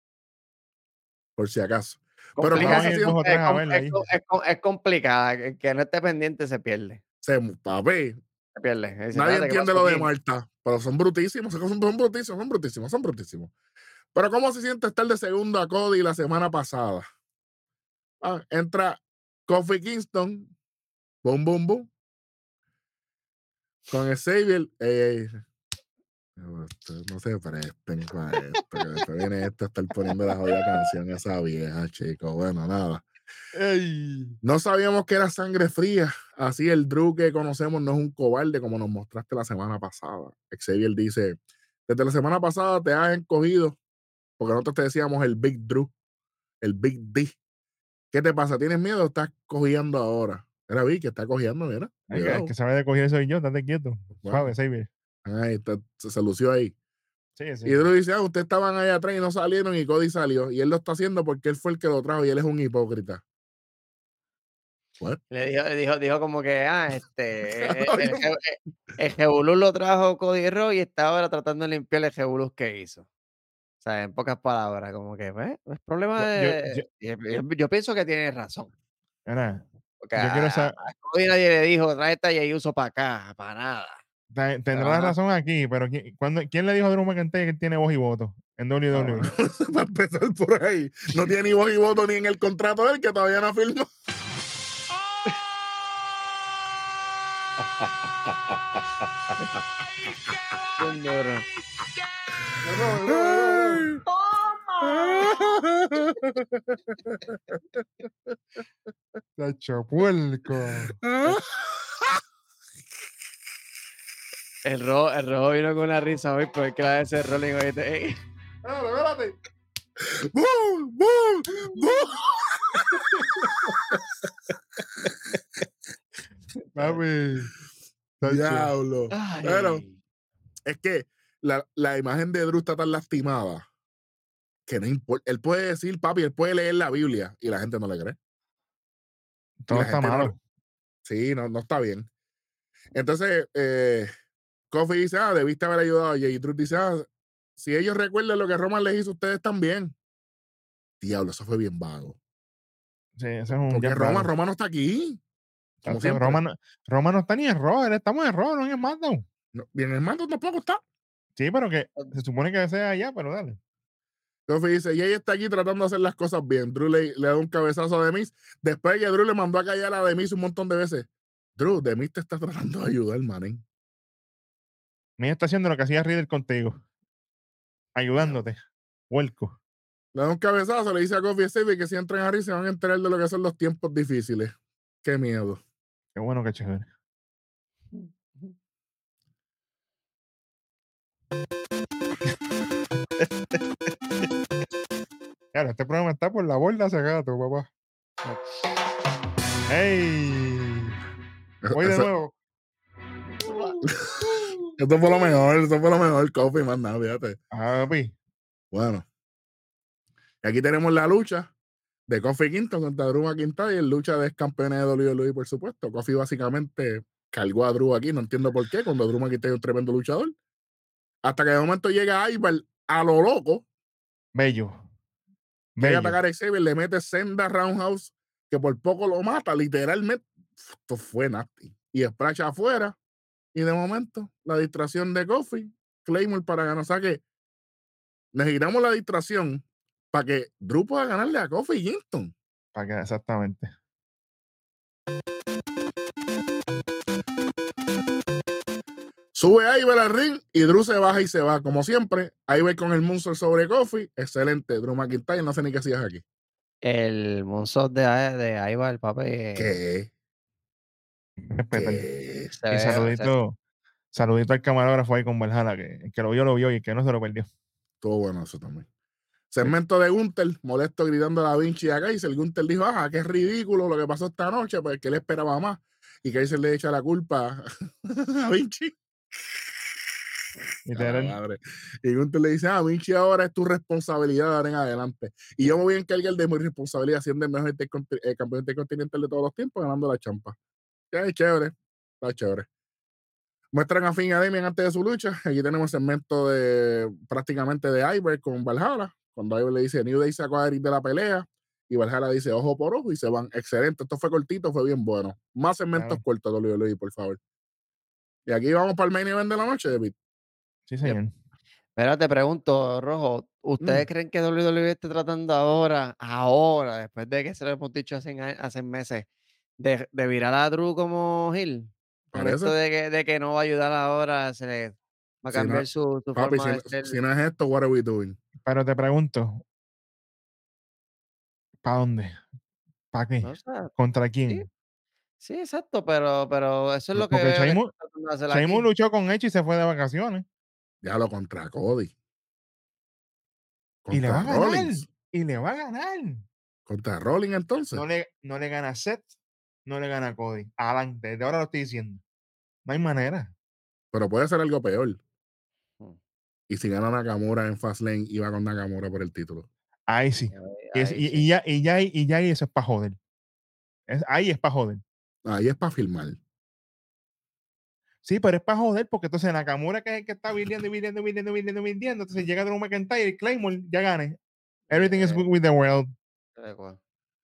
por si acaso. Pero Vamos ¿cómo a Complicada. se ir Es, dos siente? o tres es a com- verla es ahí. com- es com- es complicada. Que, que no esté pendiente se pierde. Se, papi, Se pierde. Dice, nadie espérate, ¿qué entiende pasó lo de aquí? Marta, pero son brutísimos, son, son brutísimos, son brutísimos, son brutísimos. Pero ¿cómo se siente estar de segundo a Cody la semana pasada? Ah, entra Kofi Kingston, boom, boom, boom, con Xavier. Ey, ey, no se presten para esto, que después viene esto a estar poniendo la jodida canción esa vieja, chico. Bueno, nada. Ey. No sabíamos que era sangre fría. Así el Drew que conocemos no es un cobarde como nos mostraste la semana pasada. Xavier dice, desde la semana pasada te has encogido porque nosotros te decíamos el Big Drew, el Big D. ¿Qué te pasa? ¿Tienes miedo o estás cogiendo ahora? Era Vic que está cogiendo, mira. Ay, que, el Cuidado. que sabe de coger soy yo, date quieto. Suave, Wow. Xavier. Ahí está, se, se lució ahí. Sí, sí. Y Drew dice, ah, ustedes estaban ahí atrás y no salieron y Cody salió. Y él lo está haciendo porque él fue el que lo trajo y él es un hipócrita. What? Le dijo, dijo, dijo como que, ah, este, eh, Claro, el, yo- je- eh, el Jebulú lo trajo Cody Rhodes y estaba ahora tratando de limpiar el Jebulú que hizo. O sea, en pocas palabras, como que, pues, es problema Bueno, yo, de... yo, Yo, yo- yo pienso que tiene razón. mira, Porque yo quiero a, a, saber, a Cody nadie le dijo, trae esta y uso para acá, para nada. te- Pero, tendrás ajá, razón aquí, pero ¿quién, cuándo- ¿quién le dijo a Drew McIntyre que él tiene voz y voto en W W E? ajá. Para empezar por ahí. No tiene ni voz y voto ni en el contrato de él, que todavía no firmó. Bien duro. Ay. Tacho, puerco. El rojo, el rojo vino con una risa hoy, pero es que la de ese rolling hoy. te- ey. Espérate, espérate. ¡Bum! ¡Bum! ¡Bum! Papi. Tacho. Diablo. Pero Ay. es que la, la imagen de Drew está tan lastimada que no importa. Él puede decir, papi, él puede leer la Biblia y la gente no le cree. Y Todo la está gente no. malo. Sí, no, no está bien. Entonces, eh, Kofi dice, ah, debiste haber ayudado a Jay. Y Drew dice, ah, si ellos recuerdan lo que Roman les hizo a ustedes también. Diablo, eso fue bien vago. Sí, ese es un Porque jab Roman, vago. Roman no está aquí. Como Tacho, siempre. Roma, no, Roma no está ni en Raw, él estamos en Raw, no en SmackDown. No, y en el mando tampoco está. Sí, pero que se supone que sea allá, pero dale. Kofi dice, Jay está aquí tratando de hacer las cosas bien. Drew le, le da un cabezazo a Demis. Después que Drew le mandó a callar a Demis un montón de veces. Drew, Demis te está tratando de ayudar, man. Mí está haciendo lo que hacía Riddle contigo. Ayudándote. Huelco. Le da un cabezazo, le dice a Kofi Steve que si entran a ring se van a enterar de lo que son los tiempos difíciles. Qué miedo. Qué bueno, que chévere. Claro, este programa está por la borda sacado, papá. ¡Ey! Voy de Eso- nuevo. Esto fue lo mejor, esto fue lo mejor, Kofi, más nada, fíjate. Papi. Bueno. Y aquí tenemos la lucha de Kofi Kingston contra Drew McIntyre, en lucha de ex campeones de W W E, por supuesto. Kofi básicamente cargó a Drew aquí, no entiendo por qué, cuando Drew McIntyre es un tremendo luchador. Hasta que de momento llega Ivar a lo loco, Bello. llega a Bello. atacar a Xavier, le mete senda roundhouse, que por poco lo mata, literalmente. Esto fue nasty. Y splash afuera, y de momento, la distracción de Kofi, Claymore para ganar. O sea que necesitamos la distracción para que Drew pueda ganarle a Kofi Kingston. Para que, exactamente. Sube Ivar al ring y Drew se baja y se va. Como siempre, Ivar con el moonsault sobre Kofi. Excelente. Drew McIntyre, no sé ni qué hacías aquí. El monzón de, A- de Aiba, el papi. ¿Qué? Respetar. ¿Qué? Se Y ve, se- saludito, saludito al camarógrafo ahí con Valhalla, que el que lo vio, lo vio y el que no se lo perdió. Todo bueno eso también. Segmento de Gunther, molesto gritando a Da Vinci a Kaiser. Gunther dijo, ah, qué ridículo lo que pasó esta noche, pues que él esperaba más. Y Kaiser le echa la culpa a Vinci. A la Literal. madre. Y Gunther le dice, ah, Vinci ahora es tu responsabilidad de ahora en adelante. Y yo me voy a encargar de mi responsabilidad siendo el mejor interconti- eh, campeón intercontinental de todos los tiempos, ganando la champa. Ya es chévere. Está chévere. Muestran a Finn y a Damian antes de su lucha. Aquí tenemos el segmento de prácticamente de Ivar con Valhalla. Cuando Ivar le dice, New Day sacó a Eric de la pelea. Y Valhalla dice, ojo por ojo, y se van. Excelente. Esto fue cortito, fue bien bueno. Más segmentos Claro. cortos, W W E, por favor. Y aquí vamos para el main event de la noche, David. Sí, señor. Mira, te pregunto, Rojo, ¿ustedes Mm, creen que W W E esté tratando ahora, ahora, después de que se lo hemos dicho hace, a- hace meses, de, de virar a Drew como Hill? Con esto parece. de que, de que no va a ayudar ahora, se le va a Si no, cambiar su, su papi, forma si de no, ser. si no es esto, what are we doing? Pero te pregunto, ¿para dónde? ¿Para qué? No sé, ¿Contra sí, quién? sí, exacto, pero, pero eso es lo que Porque veo que Sheamus, está tratando de hacer Sheamus aquí. luchó con Edge y se fue de vacaciones. Ya lo contra Cody. Y le va Contra a ganar. Rollins. Y le va a ganar. Contra Rollins entonces. No le, no le gana a Seth, no le gana a Cody. Adelante, desde ahora lo estoy diciendo. No hay manera. Pero puede ser algo peor. Mm, Y si gana Nakamura en Fastlane, iba con Nakamura por el título. Ahí sí. Y, es- Ahí y- sí. y ya, y, ya, y ya eso es para joder. Es- ahí es para joder. Ahí es para filmar. Sí, pero es para joder porque entonces Nakamura, que es el que está viviendo, viviendo, viviendo, viviendo, viviendo, entonces llega Drew McIntyre y Claymore ya gane. Everything is Eh, good with the world. de cual.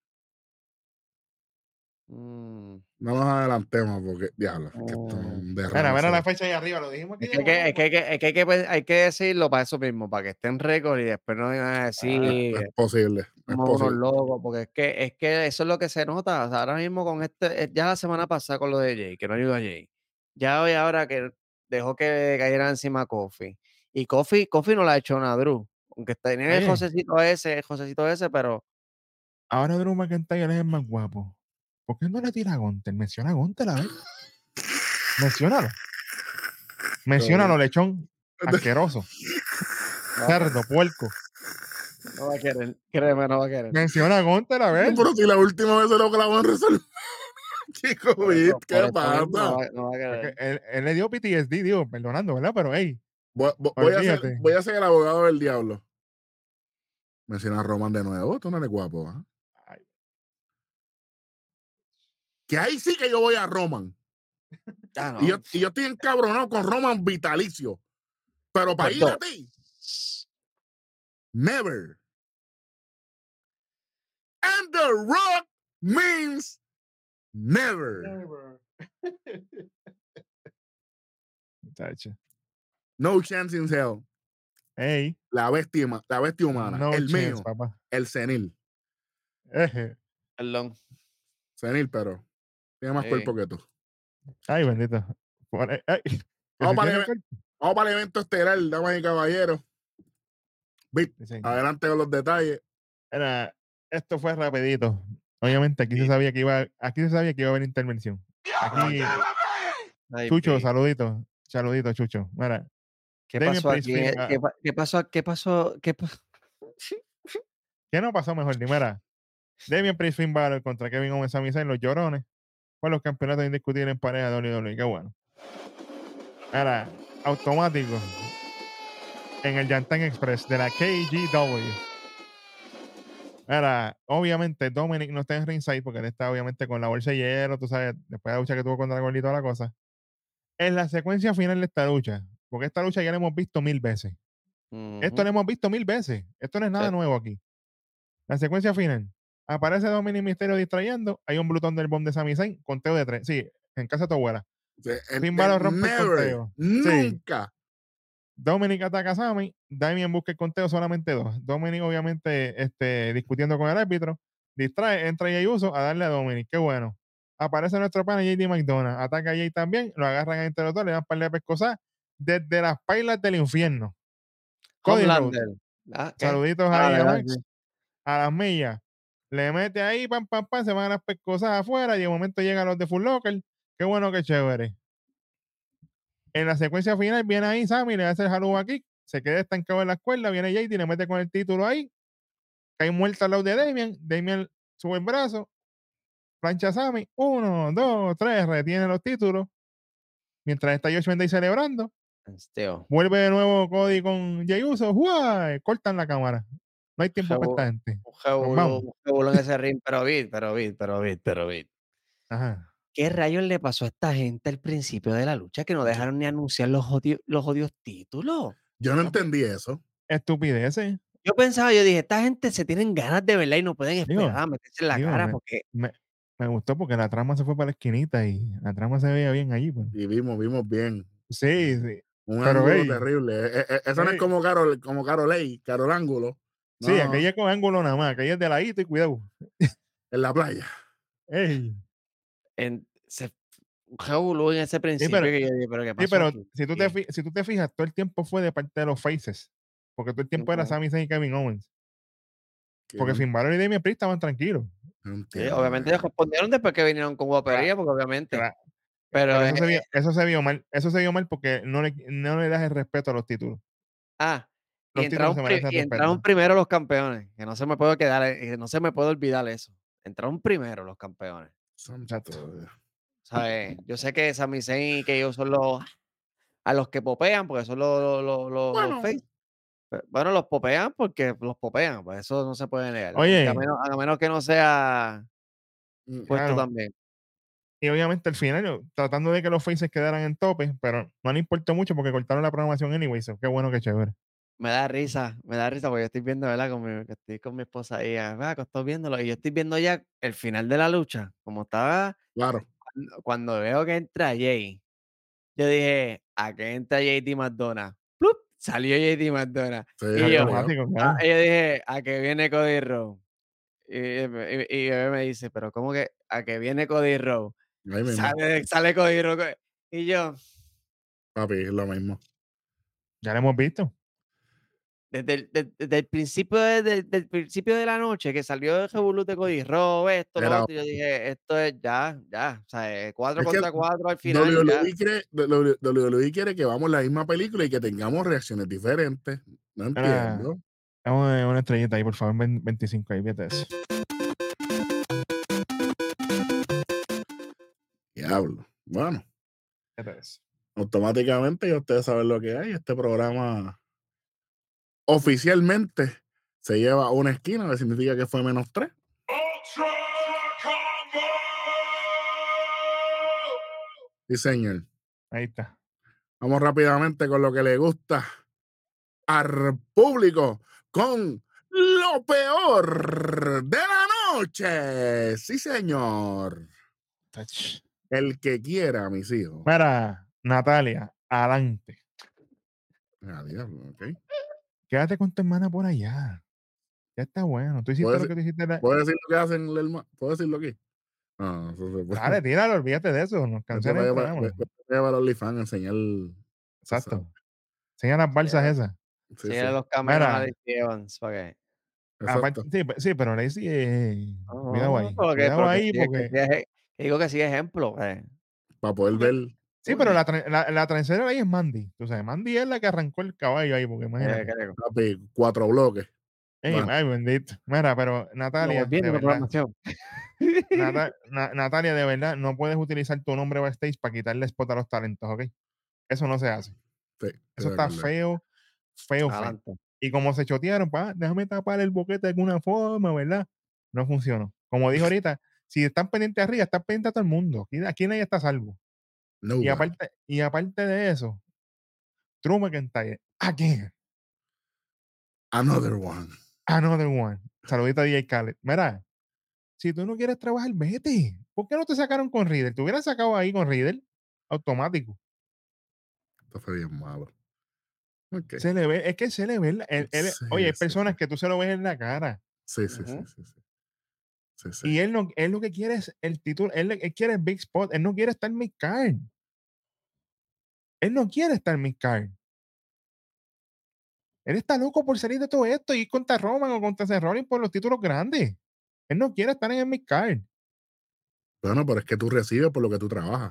Mm, No nos adelantemos porque, diablo, es que esto es mm. un Mira, derrame. mira la ese- fecha ahí arriba, lo dijimos Es que que, hay que, ya es que, hay que, es que hay que, pues, hay que decirlo para eso mismo, para que esté en récord y después no digan a decir Es, que es posible, es somos unos posible. locos, porque es que, es que eso es lo que se nota. O sea, ahora mismo con este, eh, ya la semana pasada con lo de Jay, que no ayudó a Jay. Ya hoy ahora que dejó que cayera encima a Kofi. Y Kofi, Kofi no le ha hecho nada a Drew. Aunque tenía el Oye, Josecito ese, el Josecito ese, pero ahora Drew McIntyre es el más guapo. ¿Por qué no le tira a Gunter? Menciona a Gunter, a ver. Menciónalo. Menciónalo, lechón. Asqueroso. no va a querer. Cerdo, puerco. No va a querer. Créeme, no va a querer. Menciona a Gunter, a ver. Pero si la última vez se lo clavó en resolver. Chico, Por eso, ¿qué por eso mismo no pasa? va, no va a Porque querer. él, él le dio P T S D, digo, perdonando, ¿verdad? Pero, hey, Voy, voy- voy a ser, olvídate. voy a ser el abogado del diablo. Menciona a Roman de nuevo. Tú no eres guapo, ¿ah? Ay, Que ahí sí que yo voy a Roman. Ah, Y, yo, no. y yo estoy encabronado con Roman vitalicio. Pero para Pues ir a dos. ti, never. And The Rock means never. Muchacho. No chance in hell. Hey, La bestia, huma- la bestia humana. no el chance, mío, papá. el senil. Eje. Perdón. Senil, pero tiene más Sí. cuerpo que tú. Ay, bendito. Por- ay, ay, que Vamos si para, tiene el, cuerpo. vamos para el evento estelar, damas y caballeros. Vic, Sí, señor. adelante con los detalles. Era, esto fue rapidito. Obviamente aquí se sabía que iba, aquí se sabía que iba a haber intervención. Aquí, Ay, Chucho, Vic. saludito, saludito, Chucho. Mira, ¿Qué Damien pasó Priest aquí? Finn- Eh, ah, ¿Qué, pa- qué pasó? ¿Qué pasó? ¿Qué pasó? ¿qué no pasó mejor? Dime, mira, Damien Priest Finn Balor contra Kevin Owens, Sami Zayn, los llorones, por los campeonatos indiscutibles en pareja de W W E. Qué bueno. Era automático en el Yantan Express de la K G W. Era, obviamente, Dominic no está en ringside porque él está obviamente con la bolsa de hielo, tú sabes, después de la lucha que tuvo contra Gordito y toda la cosa. En la secuencia final de esta lucha, porque esta lucha ya la hemos visto mil veces. Esto lo Ujú. hemos visto mil veces. Esto no es nada Sí. nuevo aquí. La secuencia final. Aparece Dominic Mysterio distrayendo. Hay un Blue del bomb de Sami Zayn. Conteo de tres. Sí, en casa de tu abuela. De- Finn de- Balor rompe el never, conteo. Sí. nunca. Dominic ataca a Sami. Damien busca el conteo solamente dos. Dominic, obviamente, este, discutiendo con el árbitro. Distrae, entra Jay Uso a darle a Dominic. Qué bueno. Aparece nuestro pana J D McDonough. Ataca a Jay también. Lo agarran entre los dos. Le dan par de pescosas desde las pailas del infierno. Cody Rhodes. Homelander. Ah, ¿qué? Saluditos Ah, ahí a legal, Max. sí. A las millas. Le mete ahí, pam, pam, pam. Se van las pescosas afuera. Y de momento llegan los de Full Locker. Qué bueno, qué chévere. En la secuencia final viene ahí Sammy, le hace el Haluba Kick, se queda estancado en la cuerda, viene J D, le mete con el título ahí, cae muerto al lado de Damien, Damien sube el brazo, plancha a Sammy, uno, dos, tres, retiene los títulos, mientras está Josh Mendez celebrando, Steo. vuelve de nuevo Cody con Jey Uso, ¡guay! Cortan la cámara. No hay tiempo para esta gente. Un Nos jebulo, vamos. un jebulo en ese ring, pero Vid, pero Vid, pero Vid, pero Vid. Ajá. ¿Qué rayos le pasó a esta gente al principio de la lucha que no dejaron ni anunciar los odios, los odios títulos? Yo no Papi, entendí eso. estupideces. Yo pensaba, yo dije, esta gente se tienen ganas de verdad y no pueden Digo, esperar a meterse en la digo, cara me, porque, me, me gustó porque la trama se fue para la esquinita y la trama se veía bien allí. Pues. Y vimos, vimos bien. Sí, sí. Un Pero, ángulo hey, terrible. E- e- eso no es hey, como Carol, como Carolei, Carol Ángulo. sí, No, aquella es con ángulo nada más, aquella es de ladito y cuidado. en la playa. Ey, en, se, un jebulo en ese sí, principio pero, que yo dije, pero ¿qué sí, pasó pero aquí? si tú, te, fi- si tú te fijas, todo el tiempo fue de parte de los faces. Porque todo el tiempo era Ujú. Sami Zayn y Kevin Owens. Que Porque no, Finn Balor y Damien Priest estaban tranquilos. no Sí, entiendo. obviamente ellos respondieron después que vinieron con Cla- guapería, porque obviamente, cla- pero Pero eh, eso se vio, eso se vio mal. Eso se vio mal porque no le, no le das el respeto a los títulos. ah, y Los títulos entraron, se pri- merecen y entraron respeto. primero los campeones, que no se me puede quedar, eh, no se me puede olvidar eso. Entraron primero los campeones. Santo Exacto. Dios. ¿Sabes? Yo sé que Sami Zayn y que ellos son los a los que popean, porque son los, los, los, los- los Bueno, face. Pe- Bueno, los popean porque los popean, pues eso no se puede negar. Aunque a Oye, menos, a menos que no sea mm, puesto claro, también. y obviamente al final, yo, tratando de que los faces quedaran en tope, pero no le importó mucho porque cortaron la programación anyway, so, qué bueno, qué chévere. Me da risa, me da risa porque yo estoy viendo, ¿verdad? Con mi, que estoy con mi esposa ahí, ah, ¿verdad? Que estoy viéndolo y yo estoy viendo ya el final de la lucha, como estaba, claro. cuando, cuando veo que entra Jay, yo dije, ¿a qué entra J D McDonough? ¡Plup! Salió J D McDonough. Sí, Y yo, obligado. Automático, ah, claro. y yo dije, ¿a qué viene Cody Rhodes? Y, y, y- y bebé me dice, pero ¿cómo que a que viene Cody Rhodes? Ahí mismo. Sale, sale Cody Rhodes. Y yo, Papi, es lo mismo. Ya lo hemos visto. Desde el de desde el principio de de del principio de la noche que salió el revolú de Cody Rhodes, esto, lo Era otro, yo dije: "Esto es ya, ya", o sea, eh, cuatro es que contra cuatro al final, ya. W W E quiere W W E quiere que vamos la misma película y que tengamos reacciones diferentes. No Mira, entiendo. dame una estrellita ahí, por favor, ven- veinticinco ahí, fíjate eso. Diablo. Bueno, Fíjate eso. automáticamente ya ustedes saben lo que hay. Este programa oficialmente se lleva una esquina, que significa que fue menos tres. Ultra Combo! Sí, señor. Ahí está. Vamos rápidamente con lo que le gusta al público, con lo peor de la noche. Sí, señor. Tach. El que quiera, mis hijos. Mira, Natalia, adelante. Ah, diablo, ok. Quédate con tu hermana por allá. Ya está bueno. Tú hiciste ¿Puedo lo decir, que tú hiciste. la- ¿puedo decir lo que hacen el hermano? ¿Puedo decirlo aquí? Ah, eso se puede. Dale, tíralo, olvídate de eso. Nos Vete cancela para el allá, para, programa. vete para allá para OnlyFans a enseñar. Tú sabes. Exacto. Enseña las balsas Enséñale esas. Sí, sí. enséñale los cameos a Mira, Lacey Evans para que aparte, Exacto. sí, pe- sí, pero Lacey, eh, cuidado no, ahí. pero que Cuidado pero que ahí sigue que porque. sigue eje que digo que sigue ejemplo, eh. Para poder porque- ver. sí, pero la, tra- la, la transera ahí es Mandy. Tú sabes, Mandy es la que arrancó el caballo ahí, porque Eh, imagínate. creo. Papi, cuatro bloques. Ey, Bueno, ay, bendito. Mira, pero No, Natalia, volviendo de a la verdad. programación. Nata- Na- Natalia, de verdad, no puedes utilizar tu nombre backstage para quitarle spot a los talentos, ¿ok? Eso no se hace. sí, estoy Eso de está acuerdo. feo, feo, feo. Adelante. Y como se chotearon, pa, déjame tapar el boquete de alguna forma, ¿verdad? No funcionó. Como dijo ahorita, si están pendientes arriba, están pendientes a todo el mundo. Aquí, aquí nadie está a salvo. Y Nobody. aparte, y aparte de eso, Drew McIntyre, again, Another one. another one. Saludita a D J Khaled. Mira, si tú no quieres trabajar, vete. ¿Por qué no te sacaron con Riddle? Te hubieran sacado ahí con Riddle, automático. Esto fue bien malo. Ok. Se le ve, es que se le ve, la- él- él- Sí, oye, hay sí, sí. personas que tú se lo ves en la cara. Sí, sí, sí, Ujú. sí, sí. Sí, sí. Y él no, él lo que quiere es el título, él, él quiere el Big Spot, él no quiere estar en mid-card. Él no quiere estar en mid-card. Él está loco por salir de todo esto y ir contra Roman o contra Seth Rollins por los títulos grandes. Él no quiere estar en el mid-card. Bueno, pero es que tú recibes por lo que tú trabajas.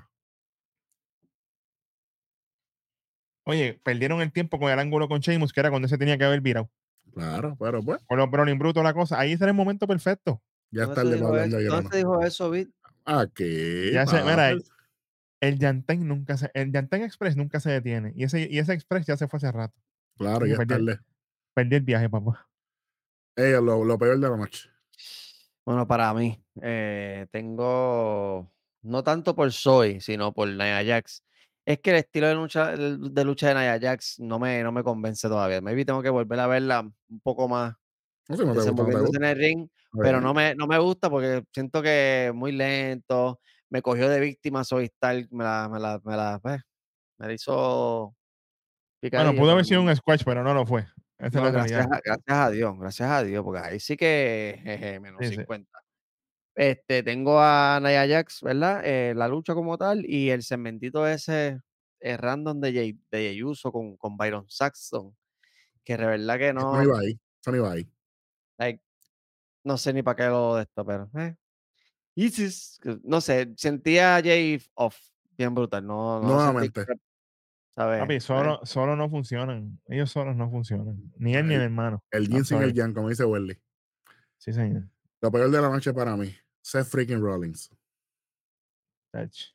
Oye, perdieron el tiempo con el ángulo con Sheamus, que era cuando se tenía que haber virado. Claro, pero pues, Con los Brolin Bruto, la cosa. Ahí será el momento perfecto. ya es ¿Dónde se tarde para dijo hablar eso? de ¿Dónde grano. se dijo eso, Vic? Aquí, Ya se, mira, papi. el Yanten nunca se, el Yanten Express nunca se detiene. Y ese, y ese Express ya se fue hace rato. Claro, Así que ya es perdí, tarde. perdí el viaje, papá. Ey, lo, lo peor de la noche. Bueno, para mí, eh, tengo no tanto por Soy, sino por Nia Jax. Es que el estilo de lucha, el- de lucha de Nia Jax no me, no me convence todavía. Maybe tengo que volver a verla un poco más No sé, no te gusta, no te desenvolviéndose en gusta. el ring, Está pero bien. no me, no me gusta porque siento que es muy lento. Me cogió de víctima Soy Stark, me la, me la, me la, pues, me la hizo Bueno, picadillo, pudo pero haber sido no. un squash, pero no lo fue. Esa es No, la gracias realidad. a, gracias a Dios, gracias a Dios, porque ahí sí que jeje, menos Sí, sí. cincuenta. Este, tengo a Nia Jax, ¿verdad? Eh, la lucha como tal y el segmentito ese eh, random de Jay, de Jey Uso con, con Byron Saxton, que de verdad que Eso no no, iba ahí. Eso no iba ahí. like, no sé ni para qué lo de esto, pero eh. Isis, que no sé, sentía a Jay off, bien brutal, no, no sentí, Nuevamente. ¿sabes? Papi, Eh, solo, solo no funcionan. Ellos solos no funcionan. Ni él ni el El, hermano. el yin I'm sin el sorry. yang, como dice Welly. Sí, señor. Lo peor de la noche para mí. Seth freaking Rollins. Tach.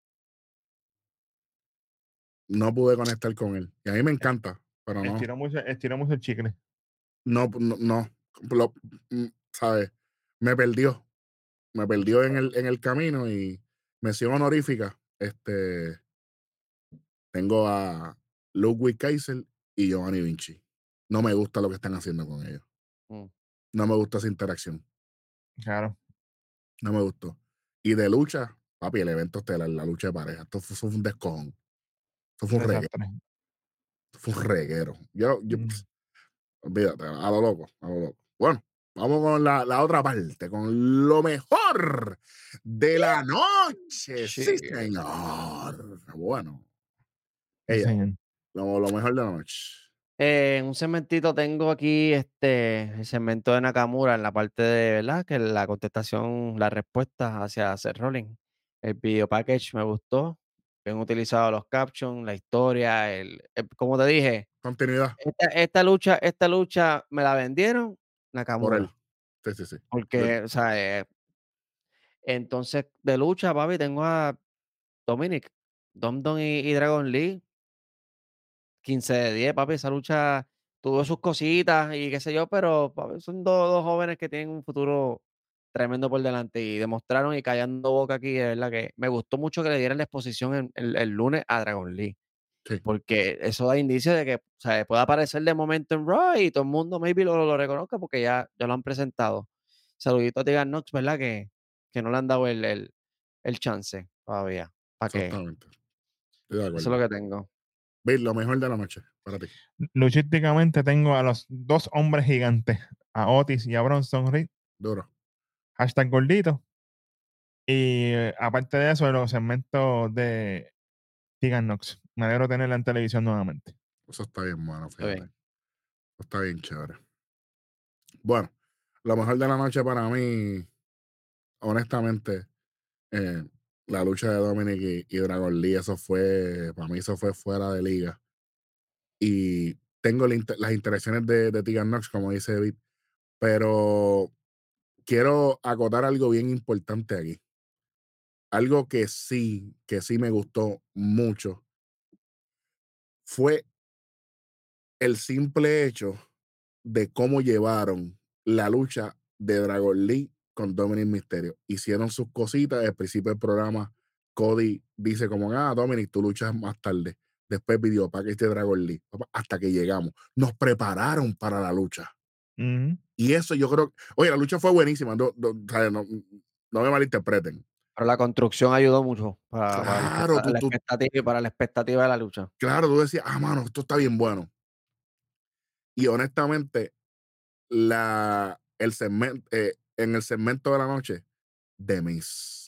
No pude conectar con él. Y a mí me encanta, pero no. Estiró mucho, estiró mucho el chicle. No, no, no. Lo- mm, ¿sabes? Me perdió. Me perdió en el, en el camino y mención honorífica. Este, tengo a Ludwig Kaiser y Giovanni Vinci. No me gusta lo que están haciendo con ellos. mm, No me gusta esa interacción. Claro. No me gustó. Y de lucha, papi, el evento estelar, la lucha de pareja. Esto fue, fue un descojón. Esto fue Un un reguero. desastre. Esto fue un reguero. Yo, yo, Mm. pss, olvídate, a lo loco, a lo loco. Bueno, vamos con la, la otra parte, con lo mejor de la noche. Sí, cheers. señor. Bueno, Sí, ella, señor. lo, lo mejor de la noche. Eh, en un segmentito tengo aquí este el segmento de Nakamura en la parte de, ¿verdad? Que la contestación, la respuesta hacia Seth Rollins. El video package me gustó. Bien utilizado los captions, la historia, el, el- como te dije, Continuidad esta, esta lucha, esta lucha me la vendieron por Nakamura. él. Sí, sí, sí. Porque, o sea, eh, entonces de lucha, papi, tengo a Dominic, Dom Dom y, y Dragon Lee. quince de diez, papi, esa lucha tuvo sus cositas y qué sé yo, pero papi, son dos, dos jóvenes que tienen un futuro tremendo por delante y demostraron y callando boca aquí, de verdad que me gustó mucho que le dieran la exposición en- el, el lunes a Dragon Lee, Sí, porque eso da indicio de que, o sea, puede aparecer de momento en Raw y todo el mundo maybe lo, lo reconozca porque ya, ya lo han presentado. Saludito a Tegan Nox, ¿verdad? Que, que no le han dado el, el, el chance todavía. ¿Para qué? exactamente. Estoy de Eso es acuerdo. lo que tengo. Bill, lo mejor de la noche para ti. Luchísticamente tengo a los dos hombres gigantes, a Otis y a Bronson Reed, Duro. hashtag gordito. Y eh, aparte de eso, los segmentos de Tegan Nox. Me alegro tenerla en televisión nuevamente. Eso está bien bueno, Está fíjate. bien. Eso está bien chévere. Bueno, lo mejor de la noche para mí, honestamente, eh, la lucha de Dominic y, y Dragon Lee, eso fue, para mí eso fue fuera de liga. Y tengo la inter- las interacciones de, de Tegan Nox, como dice David, pero quiero acotar algo bien importante aquí. Algo que sí, que sí me gustó mucho fue el simple hecho de cómo llevaron la lucha de Dragon Lee con Dominic Mysterio. Hicieron sus cositas. Al principio del programa, Cody dice como, ah, Dominic, tú luchas más tarde. Después pidió para que esté Dragon Lee. Hasta que llegamos. Nos prepararon para la lucha. Ujú. Y eso yo creo, oye, la lucha fue buenísima. No, no, ¿sabes? no, no me malinterpreten. Pero la construcción ayudó mucho para, para la Claro, expecta- tú, la tú, expectativa, para la expectativa de la lucha. claro, tú decías, ah, mano, esto está bien bueno. Y honestamente, la, el segmento, eh, en el segmento de la noche, de mis,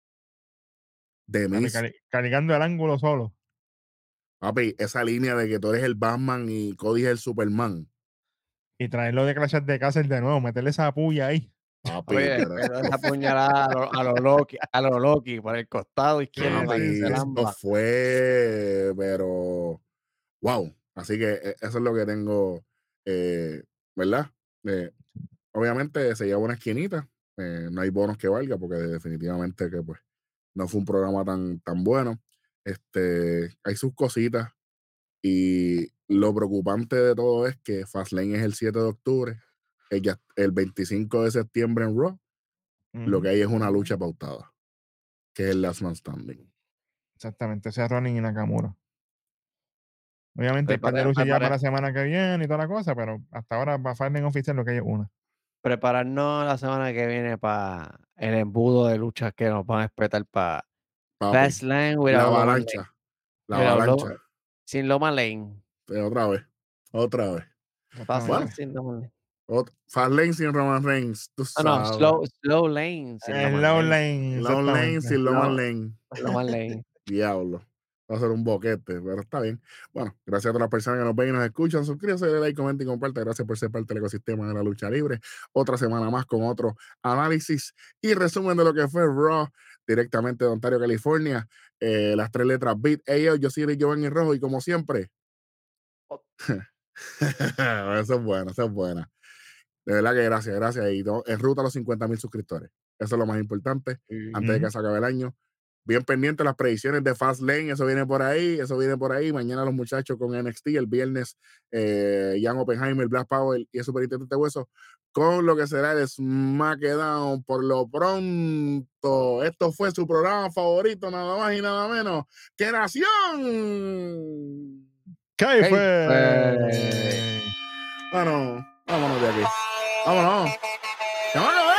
de Papi, mis, cari- cargando el ángulo solo. papi, esa línea de que tú eres el Batman y Cody es el Superman. Y traerlo de Clash de Castle de nuevo, meterle esa puya ahí. Papi, Oye, pero después de esto, esa puñalada a lo, a lo Loki, a lo Loki, por el costado izquierdo para que papi, se esto lamba. fue, pero, wow. Así que eh, eso es lo que tengo, eh, ¿verdad? Eh, obviamente se lleva una esquinita. Eh, no hay bonos que valga porque definitivamente que pues no fue un programa tan, tan bueno. Este, hay sus cositas y lo preocupante de todo es que Fastlane es el siete de octubre, el, ya- el veinticinco de septiembre en Raw, lo Ujú. que hay es una lucha pautada, que es el Last Man Standing. Exactamente, ese es Ronin y Nakamura. Obviamente hay un par de Prepare- luchas ya para prepare- la semana que viene y toda la cosa, pero hasta ahora va a Fighting oficial lo que hay es una. prepararnos la semana que viene para el embudo de luchas que nos van a esperar para Papi, Fastlane la without Loman Lane. avalancha, la Without avalancha, Lo- sin Loman Lane. eh, otra vez, otra vez. Fastlane Bueno, Exactamente. sin Loman Lane. ot- Fastlane sin Roman Reigns, tú No, no, sabes. slow, slow Lane sin Es Loman Low Lane. Lane, Long Lane exactamente. sin Roman Lo- Lane. Loman Lane. Diablo. Va a ser un boquete, pero está bien. Bueno, gracias a todas las personas que nos ven y nos escuchan. Suscríbase, dale like, comenta y comparte. Gracias por ser parte del ecosistema de la lucha libre. Otra semana más con otro análisis y resumen de lo que fue Raw directamente de Ontario, California. Eh, las tres letras Beat. Hey, yo, yo soy Rick Giovanni Rojo y como siempre. Eso es bueno, eso es buena. De verdad que gracias, gracias. Y no, en ruta a los cincuenta mil suscriptores. Eso es lo más importante antes de que Ujú. se acabe el año. Bien pendiente las predicciones de Fastlane, eso viene por ahí, eso viene por ahí. Mañana los muchachos con N X T, el viernes eh, Jan Oppenheimer, Black Power y el Super Intendente Hueso con lo que será el SmackDown. Por lo pronto, esto fue su programa favorito, nada más y nada menos que Nación. ¿Qué ahí Ok, fue? pues, Vámonos, vámonos de aquí. Vámonos. ¡Se va a acabar!